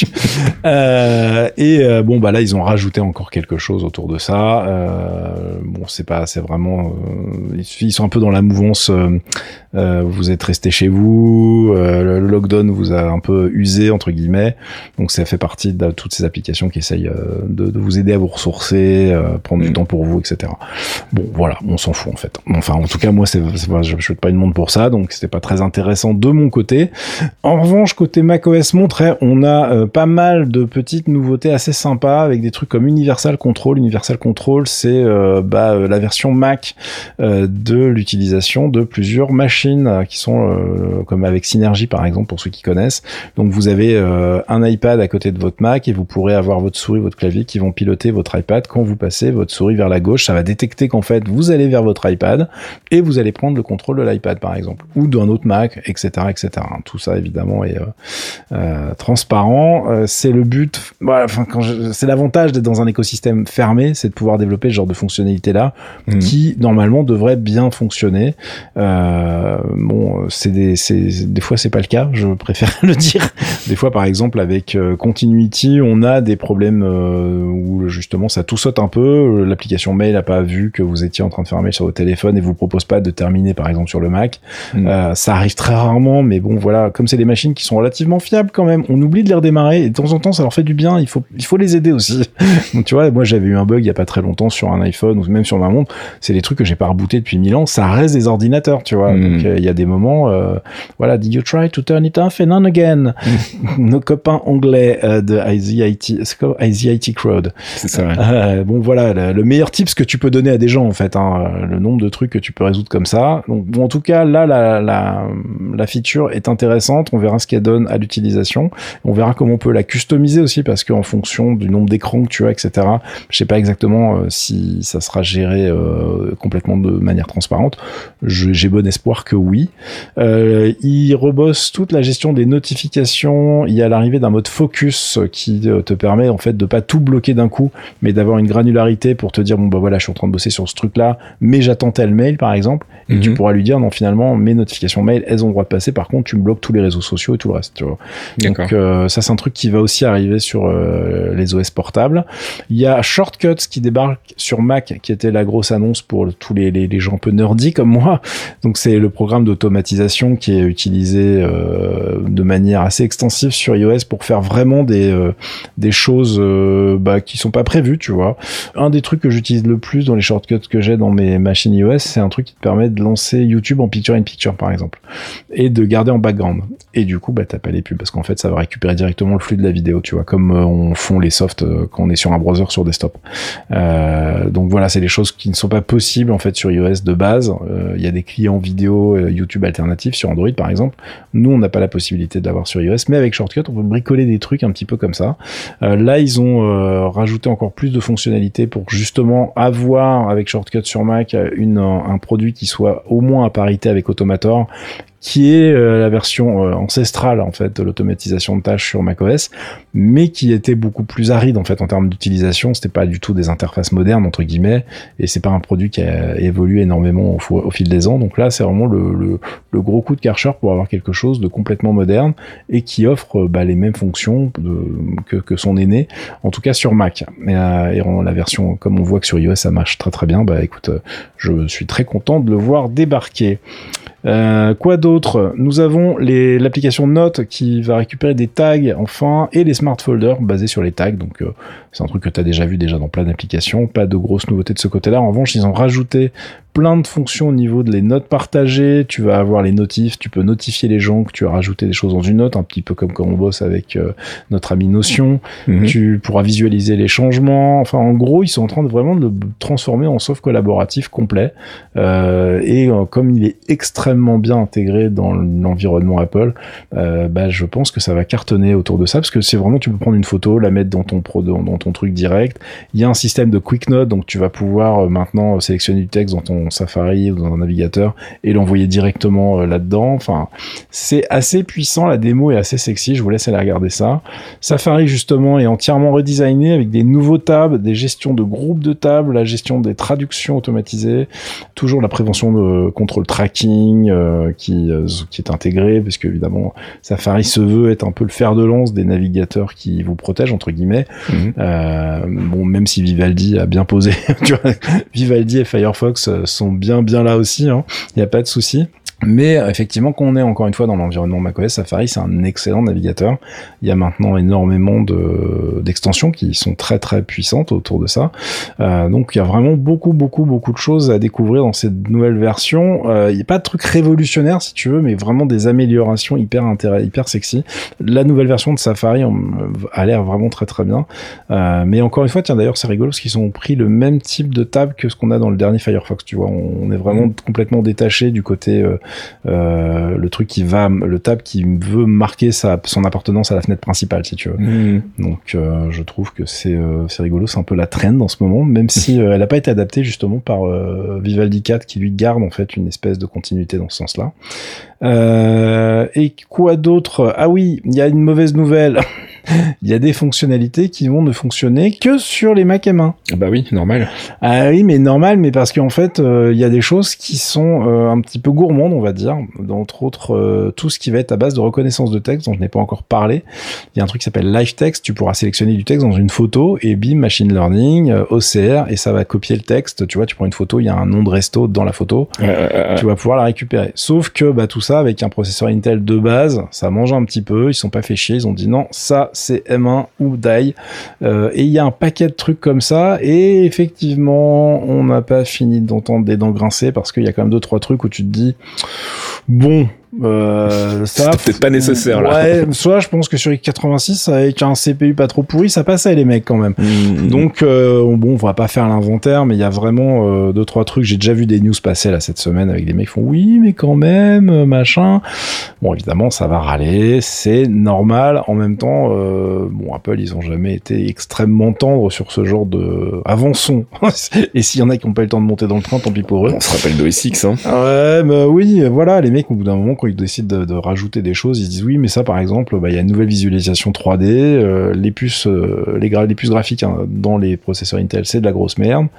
Speaker 3: euh, et euh, bon, bah là, ils ont rajouté encore quelque chose autour de ça. Euh, bon, c'est pas, c'est vraiment, euh, ils sont un peu dans la mouvance. Euh, euh, vous êtes resté chez vous, euh, le lockdown vous a un peu usé entre guillemets, donc ça fait partie de toutes ces applications qui essayent euh, de, de vous aider à vous ressourcer, euh, prendre mmh. du temps pour vous, et cetera. Bon, voilà, on s'en fout en fait. Enfin, en tout cas, moi, c'est, c'est pas, je, je suis pas une montre pour ça, donc c'était pas très intéressant de mon côté. En revanche, côté macOS Monterey, on a euh, pas mal de petites nouveautés assez sympas avec des trucs comme Universal Control. Universal Control, c'est euh, bah, euh, la version Mac euh, de l'utilisation de plusieurs machines euh, qui sont euh, comme avec Synergy par exemple pour ceux qui connaissent. Donc vous avez euh, un iPad à côté de votre Mac et vous pourrez avoir votre souris, votre clavier qui vont piloter votre iPad. Quand vous passez votre souris vers la gauche, ça va détecter qu'en fait vous allez vers votre iPad et vous allez prendre le contrôle de l'iPad par exemple ou d'un autre Mac, et cetera, et cetera. Tout ça évidemment est euh, euh, transparent. Euh, c'est le but. Voilà, enfin quand je, c'est l'avantage d'être dans un écosystème fermé, c'est de pouvoir développer ce genre de fonctionnalité là mmh. qui normalement devrait bien fonctionner. Euh, bon, c'est des, c'est des fois c'est pas le cas. Je préfère le dire. Des fois par exemple avec euh, Continuity, on a des problèmes euh, où justement ça tout saute un peu. L'application mail a pas vu que vous étiez en train de faire un mail sur votre téléphone et vous propose pas de terminer par exemple sur le Mac. Mmh. Euh, ça arrive très rarement, mais bon voilà, comme c'est des machines qui sont relativement fiables quand même, on oublie de les redémarrer et de temps en temps ça leur fait du bien. Il faut il faut les aider aussi. Donc tu vois, moi j'avais eu un bug il y a pas très longtemps sur un iPhone ou même sur ma montre. C'est des trucs que j'ai pas rebooté depuis mille ans. Ça reste des ordinateurs, tu vois. Mmh. Donc il euh, y a des moments, euh, voilà, did you try to turn it off and on again? Mmh. Nos copains anglais euh, de I Z I T, c'est quoi I Z I T Crowd.
Speaker 2: C'est ça. Ouais.
Speaker 3: Euh, bon voilà, le, le meilleur tips que tu peux donner à des gens en fait, hein, le nombre de trucs que tu peux résoudre comme ça. Donc bon, en tout cas là la la la feature est intéressante. On verra ce qu'elle donne à l'utilisation. On verra comment on peut la customiser aussi parce qu'en fonction du nombre d'écrans que tu as, et cetera. Je sais pas exactement euh, si ça sera géré euh, complètement de manière transparente. Je, j'ai bon espoir que oui. Euh, il rebosse toute la gestion des notifications. Il y a l'arrivée d'un mode focus qui te permet en fait de pas tout bloquer d'un coup, mais d'avoir une granularité pour te dire bon bah voilà, je suis en train de bosser sur ce truc-là, mais j'attends tel mail par exemple, et mm-hmm. tu pourras lui dire non finalement mes notifications mail elles ont le droit de passer, par contre tu me bloques tous les réseaux sociaux et tout le reste, tu vois. D'accord. Donc euh, ça c'est un truc qui va aussi arriver sur euh, les O S portables. Il y a Shortcuts qui débarque sur Mac, qui était la grosse annonce pour tous les, les, les gens un peu nerdy comme moi. Donc donc c'est le programme d'automatisation qui est utilisé euh, de manière assez extensive sur iOS pour faire vraiment des euh, des choses euh, bah, qui sont pas prévues, tu vois. Un des trucs que j'utilise le plus dans les shortcuts que j'ai dans mes machines iOS, c'est un truc qui te permet de lancer YouTube en picture-in-picture par exemple et de garder en background. Et du coup, bah t'as pas les pubs parce qu'en fait, ça va récupérer directement le flux de la vidéo, tu vois, comme euh, on font les softs euh, quand on est sur un browser sur desktop. Euh, donc voilà, c'est des choses qui ne sont pas possibles en fait sur iOS de base. Il euh, y a des clients vidéo euh, YouTube alternatifs sur Android par exemple. Nous, on n'a pas la possibilité de l'avoir sur iOS, mais avec Shortcut, on peut bricoler des trucs un petit peu comme ça. Euh, là, ils ont euh, rajouté encore plus de fonctionnalités pour justement avoir avec Shortcut sur Mac une, un produit qui soit au moins à parité avec Automator, qui est euh, la version euh, ancestrale en fait de l'automatisation de tâches sur macOS, mais qui était beaucoup plus aride en fait en termes d'utilisation. C'était pas du tout des interfaces modernes entre guillemets, et c'est pas un produit qui a évolué énormément au, au fil des ans. Donc là, c'est vraiment le, le, le gros coup de Karcher pour avoir quelque chose de complètement moderne et qui offre bah, les mêmes fonctions de, que, que son aîné, en tout cas sur Mac. Et, euh, et en, la version, comme on voit que sur iOS ça marche très très bien, bah écoute, je suis très content de le voir débarquer. Euh, quoi d'autre? Nous avons les, l'application Note qui va récupérer des tags enfin et les smart folders basés sur les tags. Donc euh, c'est un truc que tu as déjà vu déjà dans plein d'applications. Pas de grosses nouveautés de ce côté-là. En revanche, ils ont rajouté plein de fonctions au niveau de les notes partagées. Tu vas avoir les notifs, tu peux notifier les gens que tu as rajouté des choses dans une note, un petit peu comme quand on bosse avec euh, notre ami Notion. Mm-hmm. Tu pourras visualiser les changements. Enfin, en gros, ils sont en train de vraiment de le transformer en soft collaboratif complet. Euh, et euh, comme il est extrêmement bien intégré dans l'environnement Apple, euh, bah, je pense que ça va cartonner autour de ça, parce que c'est vraiment, tu peux prendre une photo, la mettre dans ton pro, dans, dans ton truc direct. Il y a un système de quick note, donc tu vas pouvoir euh, maintenant sélectionner du texte dans ton Safari ou dans un navigateur et l'envoyer directement euh, là-dedans. Enfin, c'est assez puissant, la démo est assez sexy, je vous laisse aller regarder ça. Safari justement est entièrement redesigné avec des nouveaux tabs, des gestions de groupes de tables, la gestion des traductions automatisées, toujours la prévention de contrôle tracking euh, qui, euh, qui est intégrée, parce que évidemment Safari se veut être un peu le fer de lance des navigateurs qui vous protègent entre guillemets. Mmh. Euh, bon, même si Vivaldi a bien posé, tu vois, Vivaldi et Firefox sont bien bien là aussi, hein. Il n'y a pas de souci. Mais effectivement, quand on est encore une fois dans l'environnement macOS, Safari c'est un excellent navigateur. Il y a maintenant énormément de d'extensions qui sont très très puissantes autour de ça. Euh, donc il y a vraiment beaucoup beaucoup beaucoup de choses à découvrir dans cette nouvelle version. Euh, il n'y a pas de trucs révolutionnaires si tu veux, mais vraiment des améliorations hyper intéress- hyper sexy. La nouvelle version de Safari on, a l'air vraiment très très bien. Euh, mais encore une fois, tiens d'ailleurs c'est rigolo parce qu'ils ont pris le même type de tab que ce qu'on a dans le dernier Firefox. Tu vois, on, on est vraiment mmh. complètement détaché du côté euh, Euh, le truc qui va, le tab qui veut marquer sa, son appartenance à la fenêtre principale, si tu veux. Mmh. Donc, euh, je trouve que c'est, euh, c'est rigolo, c'est un peu la trend en ce moment, même si euh, elle n'a pas été adaptée justement par euh, Vivaldi quatre qui lui garde en fait une espèce de continuité dans ce sens-là. Euh, et quoi d'autre? Ah oui, il y a une mauvaise nouvelle. Il y a des fonctionnalités qui vont ne fonctionner que sur les Mac M un.
Speaker 2: Bah oui, normal.
Speaker 3: Ah oui, mais normal, mais parce qu'en fait, euh, il y a des choses qui sont euh, un petit peu gourmandes, on va dire. Entre autres, euh, tout ce qui va être à base de reconnaissance de texte, dont je n'ai pas encore parlé. Il y a un truc qui s'appelle Live Text. Tu pourras sélectionner du texte dans une photo et bim, machine learning, euh, O C R, et ça va copier le texte. Tu vois, tu prends une photo, il y a un nom de resto dans la photo. Euh, euh, tu vas pouvoir la récupérer. Sauf que bah tout ça avec un processeur Intel de base, ça mange un petit peu. Ils se sont pas fait chier. Ils ont dit non, ça c'est M un ou die. Euh, et il y a un paquet de trucs comme ça. Et effectivement, on n'a pas fini d'entendre des dents grincer parce qu'il y a quand même deux trois trucs où tu te dis bon. Euh, ça
Speaker 2: c'est peut-être pas nécessaire là.
Speaker 3: Ouais, soit je pense que sur x quatre-vingt-six avec un C P U pas trop pourri, ça passait les mecs quand même. Mmh. Donc euh, bon, on va pas faire l'inventaire, mais il y a vraiment euh, deux trois trucs. J'ai déjà vu des news passer là cette semaine avec des mecs qui font oui, mais quand même machin. Bon, évidemment, ça va râler, c'est normal. En même temps, euh, bon, Apple, ils ont jamais été extrêmement tendres sur ce genre de avançons. Et s'il y en a qui ont pas eu le temps de monter dans le train, tant pis pour eux.
Speaker 2: On se rappelle d'O S X, hein.
Speaker 3: Ouais, bah oui, voilà, les mecs au bout d'un moment quand ils décident de, de rajouter des choses, ils se disent oui, mais ça par exemple, bah il y a une nouvelle visualisation trois D, euh, les puces, euh, les, gra- les puces graphiques hein, dans les processeurs Intel, c'est de la grosse merde.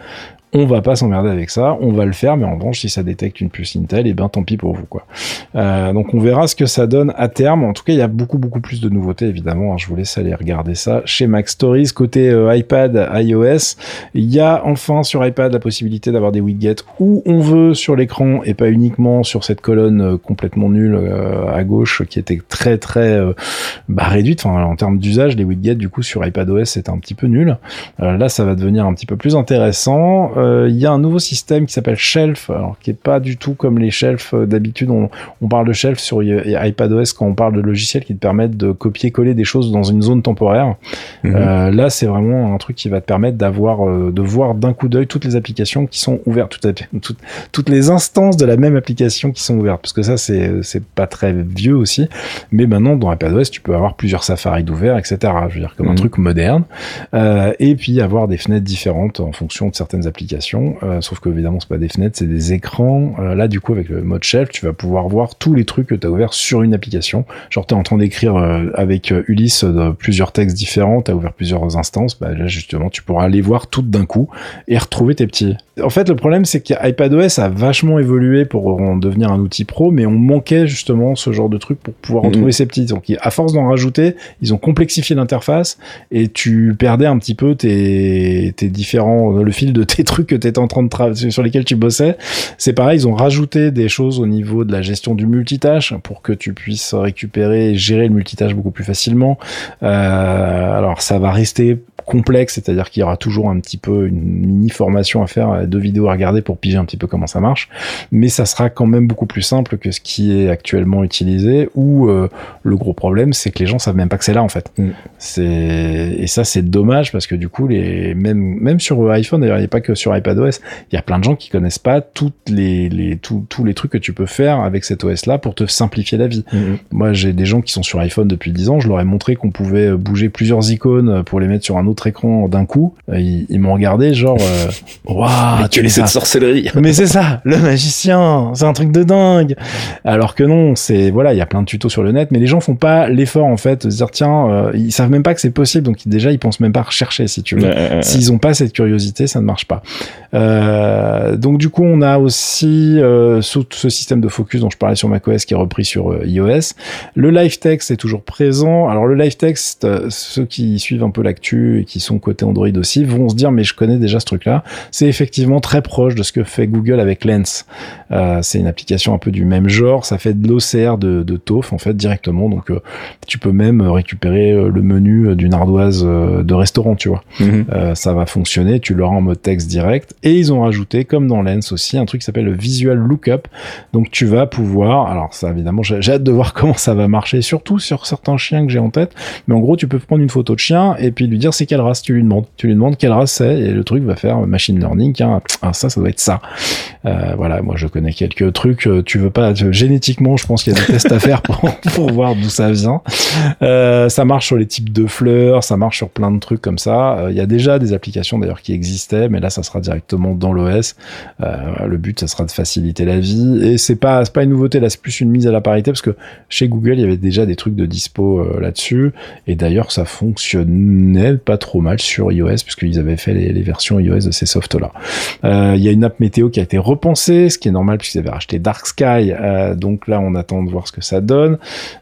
Speaker 3: on va pas s'emmerder avec ça, on va le faire, mais en revanche, si ça détecte une puce Intel, et ben tant pis pour vous, quoi. Euh, donc on verra ce que ça donne à terme. En tout cas, il y a beaucoup beaucoup plus de nouveautés, évidemment. Alors, je vous laisse aller regarder ça chez Mac Stories. Côté euh, iPad, iOS, il y a enfin sur iPad la possibilité d'avoir des widgets où on veut sur l'écran et pas uniquement sur cette colonne euh, complètement nulle euh, à gauche qui était très très euh, bah, réduite. Enfin, en termes d'usage, les widgets du coup sur iPadOS c'était un petit peu nul. Euh, là, ça va devenir un petit peu plus intéressant. Il euh, y a un nouveau système qui s'appelle Shelf, alors qui est pas du tout comme les shelfs euh, d'habitude. On, on parle de Shelf sur iPadOS quand on parle de logiciels qui te permettent de copier-coller des choses dans une zone temporaire. Mmh. Euh, là, c'est vraiment un truc qui va te permettre d'avoir, euh, de voir d'un coup d'œil toutes les applications qui sont ouvertes, toutes, toutes, toutes les instances de la même application qui sont ouvertes. Parce que ça, c'est, c'est pas très vieux aussi. Mais maintenant, dans iPadOS, tu peux avoir plusieurs Safari d'ouverts, et cetera. Je veux dire, comme mmh. un truc moderne. Euh, et puis avoir des fenêtres différentes en fonction de certaines applications. Euh, sauf que évidemment, c'est pas des fenêtres, c'est des écrans. Euh, là, du coup, avec le mode Shelf, tu vas pouvoir voir tous les trucs que tu as ouverts sur une application. Genre, tu es en train d'écrire euh, avec euh, Ulysse de plusieurs textes différents, tu as ouvert plusieurs instances. Bah, là, justement, tu pourras les voir toutes d'un coup et retrouver tes petits. En fait, le problème, c'est qu'iPadOS a vachement évolué pour en devenir un outil pro, mais on manquait justement ce genre de truc pour pouvoir mmh. retrouver ces petits. Donc, à force d'en rajouter, ils ont complexifié l'interface et tu perdais un petit peu tes, tes différents, le fil de tes trucs que tu étais en train de travailler, sur lesquels tu bossais. C'est pareil, ils ont rajouté des choses au niveau de la gestion du multitâche pour que tu puisses récupérer et gérer le multitâche beaucoup plus facilement. Euh, alors, ça va rester complexe, c'est-à-dire qu'il y aura toujours un petit peu une mini formation à faire, deux vidéos à regarder pour piger un petit peu comment ça marche, mais ça sera quand même beaucoup plus simple que ce qui est actuellement utilisé, où euh, le gros problème c'est que les gens savent même pas que c'est là en fait. Mm. C'est et ça c'est dommage parce que du coup les même même sur iPhone d'ailleurs, il n'y a pas que sur iPadOS, il y a plein de gens qui connaissent pas toutes les les tous tous les trucs que tu peux faire avec cet O S là pour te simplifier la vie. Mm. Moi j'ai des gens qui sont sur iPhone depuis dix ans, je leur ai montré qu'on pouvait bouger plusieurs icônes pour les mettre sur un autre écran d'un coup, ils, ils m'ont regardé genre waouh, wow,
Speaker 2: tu es cette sorcellerie.
Speaker 3: Mais c'est ça, le magicien, c'est un truc de dingue. Alors que non, c'est voilà, il y a plein de tutos sur le net, mais les gens font pas l'effort en fait de se dire tiens, euh, ils savent même pas que c'est possible, donc déjà ils pensent même pas à rechercher si tu veux. Euh, S'ils ont pas cette curiosité, ça ne marche pas. Euh, donc du coup, on a aussi euh, ce, ce système de focus dont je parlais sur macOS qui est repris sur euh, iOS. Le live text est toujours présent. Alors le live text, euh, ceux qui suivent un peu l'actu et qui sont côté Android aussi vont se dire mais je connais déjà ce truc-là. C'est effectivement très proche de ce que fait Google avec Lens. Euh, c'est une application un peu du même genre. Ça fait de l'O C R de, de T O F en fait directement. Donc euh, tu peux même récupérer euh, le menu d'une ardoise euh, de restaurant, tu vois. Mm-hmm. Euh, ça va fonctionner. Tu l'auras en mode texte direct. Et ils ont rajouté, comme dans Lens aussi, un truc qui s'appelle le Visual Lookup. Donc tu vas pouvoir, alors ça évidemment, j'ai, j'ai hâte de voir comment ça va marcher, surtout sur certains chiens que j'ai en tête. Mais en gros, tu peux prendre une photo de chien et puis lui dire c'est quelle race tu lui demandes. Tu lui demandes quelle race c'est et le truc va faire machine learning. Tiens, ah, ça, ça doit être ça. Euh, voilà, moi je connais quelques trucs. Tu veux pas, tu, génétiquement, je pense qu'il y a des tests à faire pour, pour voir d'où ça vient. Euh, ça marche sur les types de fleurs, ça marche sur plein de trucs comme ça. Il euh, y a déjà des applications d'ailleurs qui existaient, mais là ça sera directement dans l'O S. Euh, le but, ça sera de faciliter la vie. Et c'est pas, c'est pas une nouveauté, là c'est plus une mise à la parité parce que chez Google, il y avait déjà des trucs de dispo euh, là-dessus. Et d'ailleurs, ça fonctionnait pas trop mal sur iOS puisqu'ils avaient fait les, les versions iOS de ces softs-là. Il euh, y a une app météo qui a été repensée, ce qui est normal puisqu'ils avaient racheté Dark Sky. Euh, donc là, on attend de voir ce que ça donne.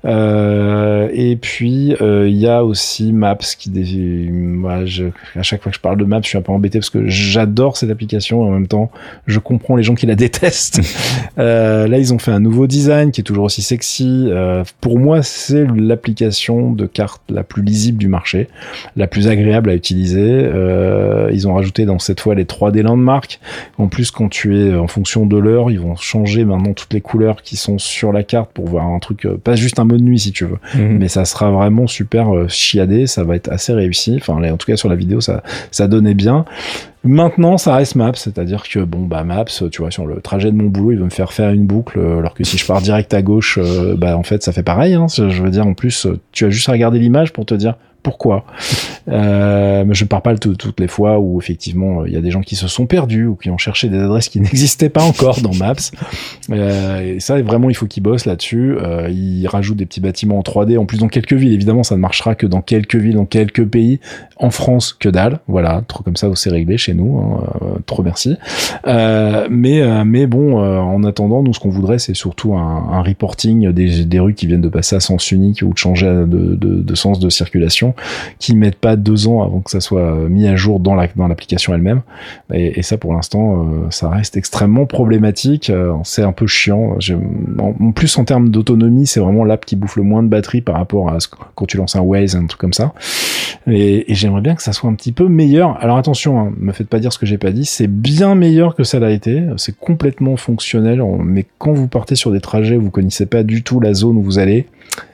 Speaker 3: Euh, et puis, il euh, y a aussi Maps qui... Dé... Moi, je... à chaque fois que je parle de Maps, je suis un peu embêté parce que j'adore cette application et en même temps, je comprends les gens qui la détestent. euh, là, ils ont fait un nouveau design qui est toujours aussi sexy. Euh, pour moi, c'est l'application de carte la plus lisible du marché, la plus agréable à utiliser. Euh, ils ont rajouté dans cette fois les trois D landmarks. En plus, quand tu es en fonction de l'heure, ils vont changer maintenant toutes les couleurs qui sont sur la carte pour voir un truc, pas juste un mode nuit si tu veux, mmh. mais ça sera vraiment super euh, chiadé, ça va être assez réussi. Enfin, en tout cas sur la vidéo, ça, ça donnait bien. Maintenant, ça reste Maps, c'est-à-dire que bon bah Maps, tu vois, sur le trajet de mon boulot, il veut me faire faire une boucle, alors que si je pars direct à gauche, euh, bah en fait ça fait pareil. Hein, je veux dire, en plus, tu as juste à regarder l'image pour te dire pourquoi. Euh, mais je ne parle pas de tout, toutes les fois où effectivement il y a des gens qui se sont perdus ou qui ont cherché des adresses qui n'existaient pas encore dans Maps. Euh, et ça, vraiment, il faut qu'ils bossent là-dessus. Euh, ils rajoutent des petits bâtiments en trois D, en plus dans quelques villes. Évidemment, ça ne marchera que dans quelques villes, dans quelques pays. En France, que dalle. Voilà, trop comme ça, c'est réglé chez nous. Hein. Euh, trop merci. Euh, mais euh, mais bon, euh, en attendant, nous, ce qu'on voudrait, c'est surtout un, un reporting des, des rues qui viennent de passer à sens unique ou de changer de, de, de sens de circulation, qui mettent pas deux ans avant que ça soit mis à jour dans la dans l'application elle-même. Et, et ça, pour l'instant, euh, ça reste extrêmement problématique. Euh, c'est un peu chiant. J'ai, en, en plus, en termes d'autonomie, c'est vraiment l'app qui bouffe le moins de batterie par rapport à ce, quand tu lances un Waze, un truc comme ça. Et, et j'aimerais bien que ça soit un petit peu meilleur. Alors attention, hein, me faites pas dire ce que j'ai pas dit. C'est bien meilleur que ça l'a été. C'est complètement fonctionnel. Mais quand vous partez sur des trajets où vous connaissez pas du tout la zone où vous allez,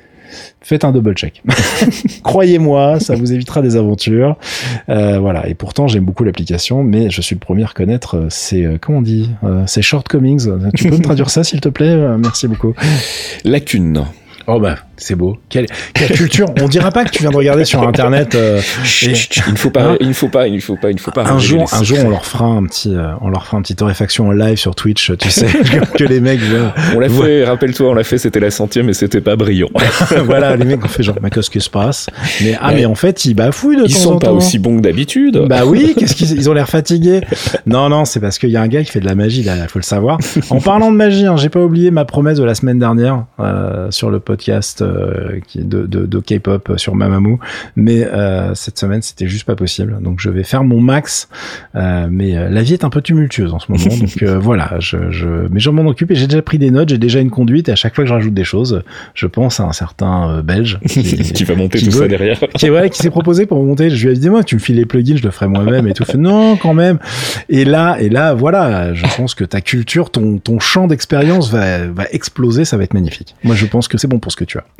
Speaker 3: faites un double check. Croyez-moi, ça vous évitera des aventures. Euh, voilà. Et pourtant, j'aime beaucoup l'application, mais je suis le premier à reconnaître ces, euh, comment on dit, euh, ces shortcomings. Tu peux me traduire ça, s'il te plaît? euh, Merci beaucoup.
Speaker 2: Lacune.
Speaker 3: Oh bah, c'est beau. Quelle, quelle culture. On dira pas que tu viens de regarder sur Internet. Euh,
Speaker 2: chut, chut, il ne faut pas, hein, il ne faut pas, il ne faut pas, il ne faut pas.
Speaker 3: Un jour, un jour, on leur fera un petit, euh, on leur fera un petit torréfaction en live sur Twitch, tu sais, que les mecs. Genre,
Speaker 2: on l'a
Speaker 3: ouais.
Speaker 2: fait. Rappelle-toi, on l'a fait. C'était la centième, mais c'était pas brillant.
Speaker 3: Voilà, les mecs ont fait genre, mais qu'est-ce qui se passe? Mais ah, ouais. mais en fait, ils bafouillent de
Speaker 2: ils
Speaker 3: temps en temps.
Speaker 2: Ils sont pas aussi bons que d'habitude.
Speaker 3: Bah oui, qu'est-ce qu'ils, ils ont l'air fatigués. Non, non, c'est parce qu'il y a un gars qui fait de la magie là, faut le savoir. En parlant de magie, hein, j'ai pas oublié ma promesse de la semaine dernière euh, sur le podcast. Euh, qui de, de, de K-pop sur Mamamoo, mais euh, cette semaine c'était juste pas possible, donc je vais faire mon max, euh, mais euh, la vie est un peu tumultueuse en ce moment, donc euh, voilà, je, je, mais je m'en occupe et j'ai déjà pris des notes, j'ai déjà une conduite et à chaque fois que je rajoute des choses, je pense à un certain euh, Belge qui,
Speaker 2: qui va monter
Speaker 3: qui
Speaker 2: tout
Speaker 3: veut,
Speaker 2: ça derrière,
Speaker 3: qui, ouais, qui s'est proposé pour monter. Je lui ai dit moi, tu me files les plugins, je le ferai moi-même et tout. Fait non quand même. Et là, et là, voilà, je pense que ta culture, ton ton champ d'expérience va va exploser, ça va être magnifique. Moi, je pense que c'est bon pour ce que tu as.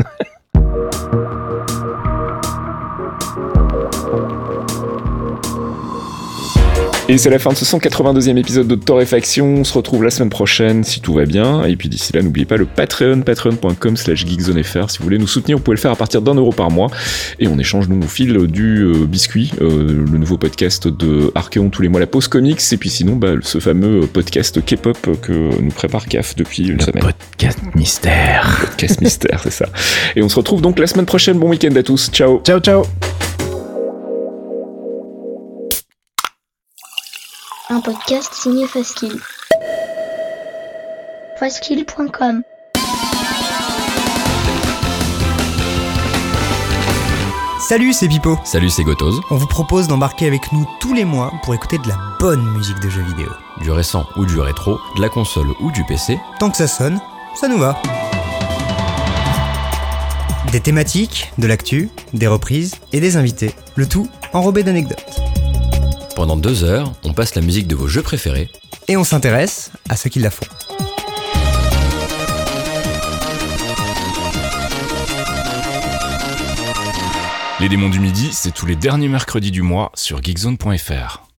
Speaker 2: Et c'est la fin de ce cent quatre-vingt-deuxième épisode de Torréfaction. On se retrouve la semaine prochaine si tout va bien. Et puis d'ici là, n'oubliez pas le Patreon, patreon.com slash geekzonefr. Si vous voulez nous soutenir, vous pouvez le faire à partir d'un euro par mois. Et on échange, nous, au fil du euh, Biscuit, euh, le nouveau podcast de Archeon tous les mois, la pause comics. Et puis sinon, bah, ce fameux podcast K-pop que nous prépare C A F depuis une
Speaker 3: le
Speaker 2: semaine.
Speaker 3: Podcast mystère.
Speaker 2: Le podcast mystère, c'est ça. Et on se retrouve donc la semaine prochaine. Bon week-end à tous. Ciao.
Speaker 3: Ciao, ciao.
Speaker 4: Un podcast signé Faskill. Faskill point com.
Speaker 5: Salut, c'est Pipo.
Speaker 6: Salut, c'est Gotoz.
Speaker 5: On vous propose d'embarquer avec nous tous les mois pour écouter de la bonne musique de jeux vidéo.
Speaker 6: Du récent ou du rétro, de la console ou du P C.
Speaker 5: Tant que ça sonne, ça nous va. Des thématiques, de l'actu, des reprises et des invités. Le tout enrobé d'anecdotes.
Speaker 6: Pendant deux heures, on passe la musique de vos jeux préférés.
Speaker 5: Et on s'intéresse à ceux qui la font.
Speaker 1: Les démons du midi, c'est tous les derniers mercredis du mois sur geekzone point f r.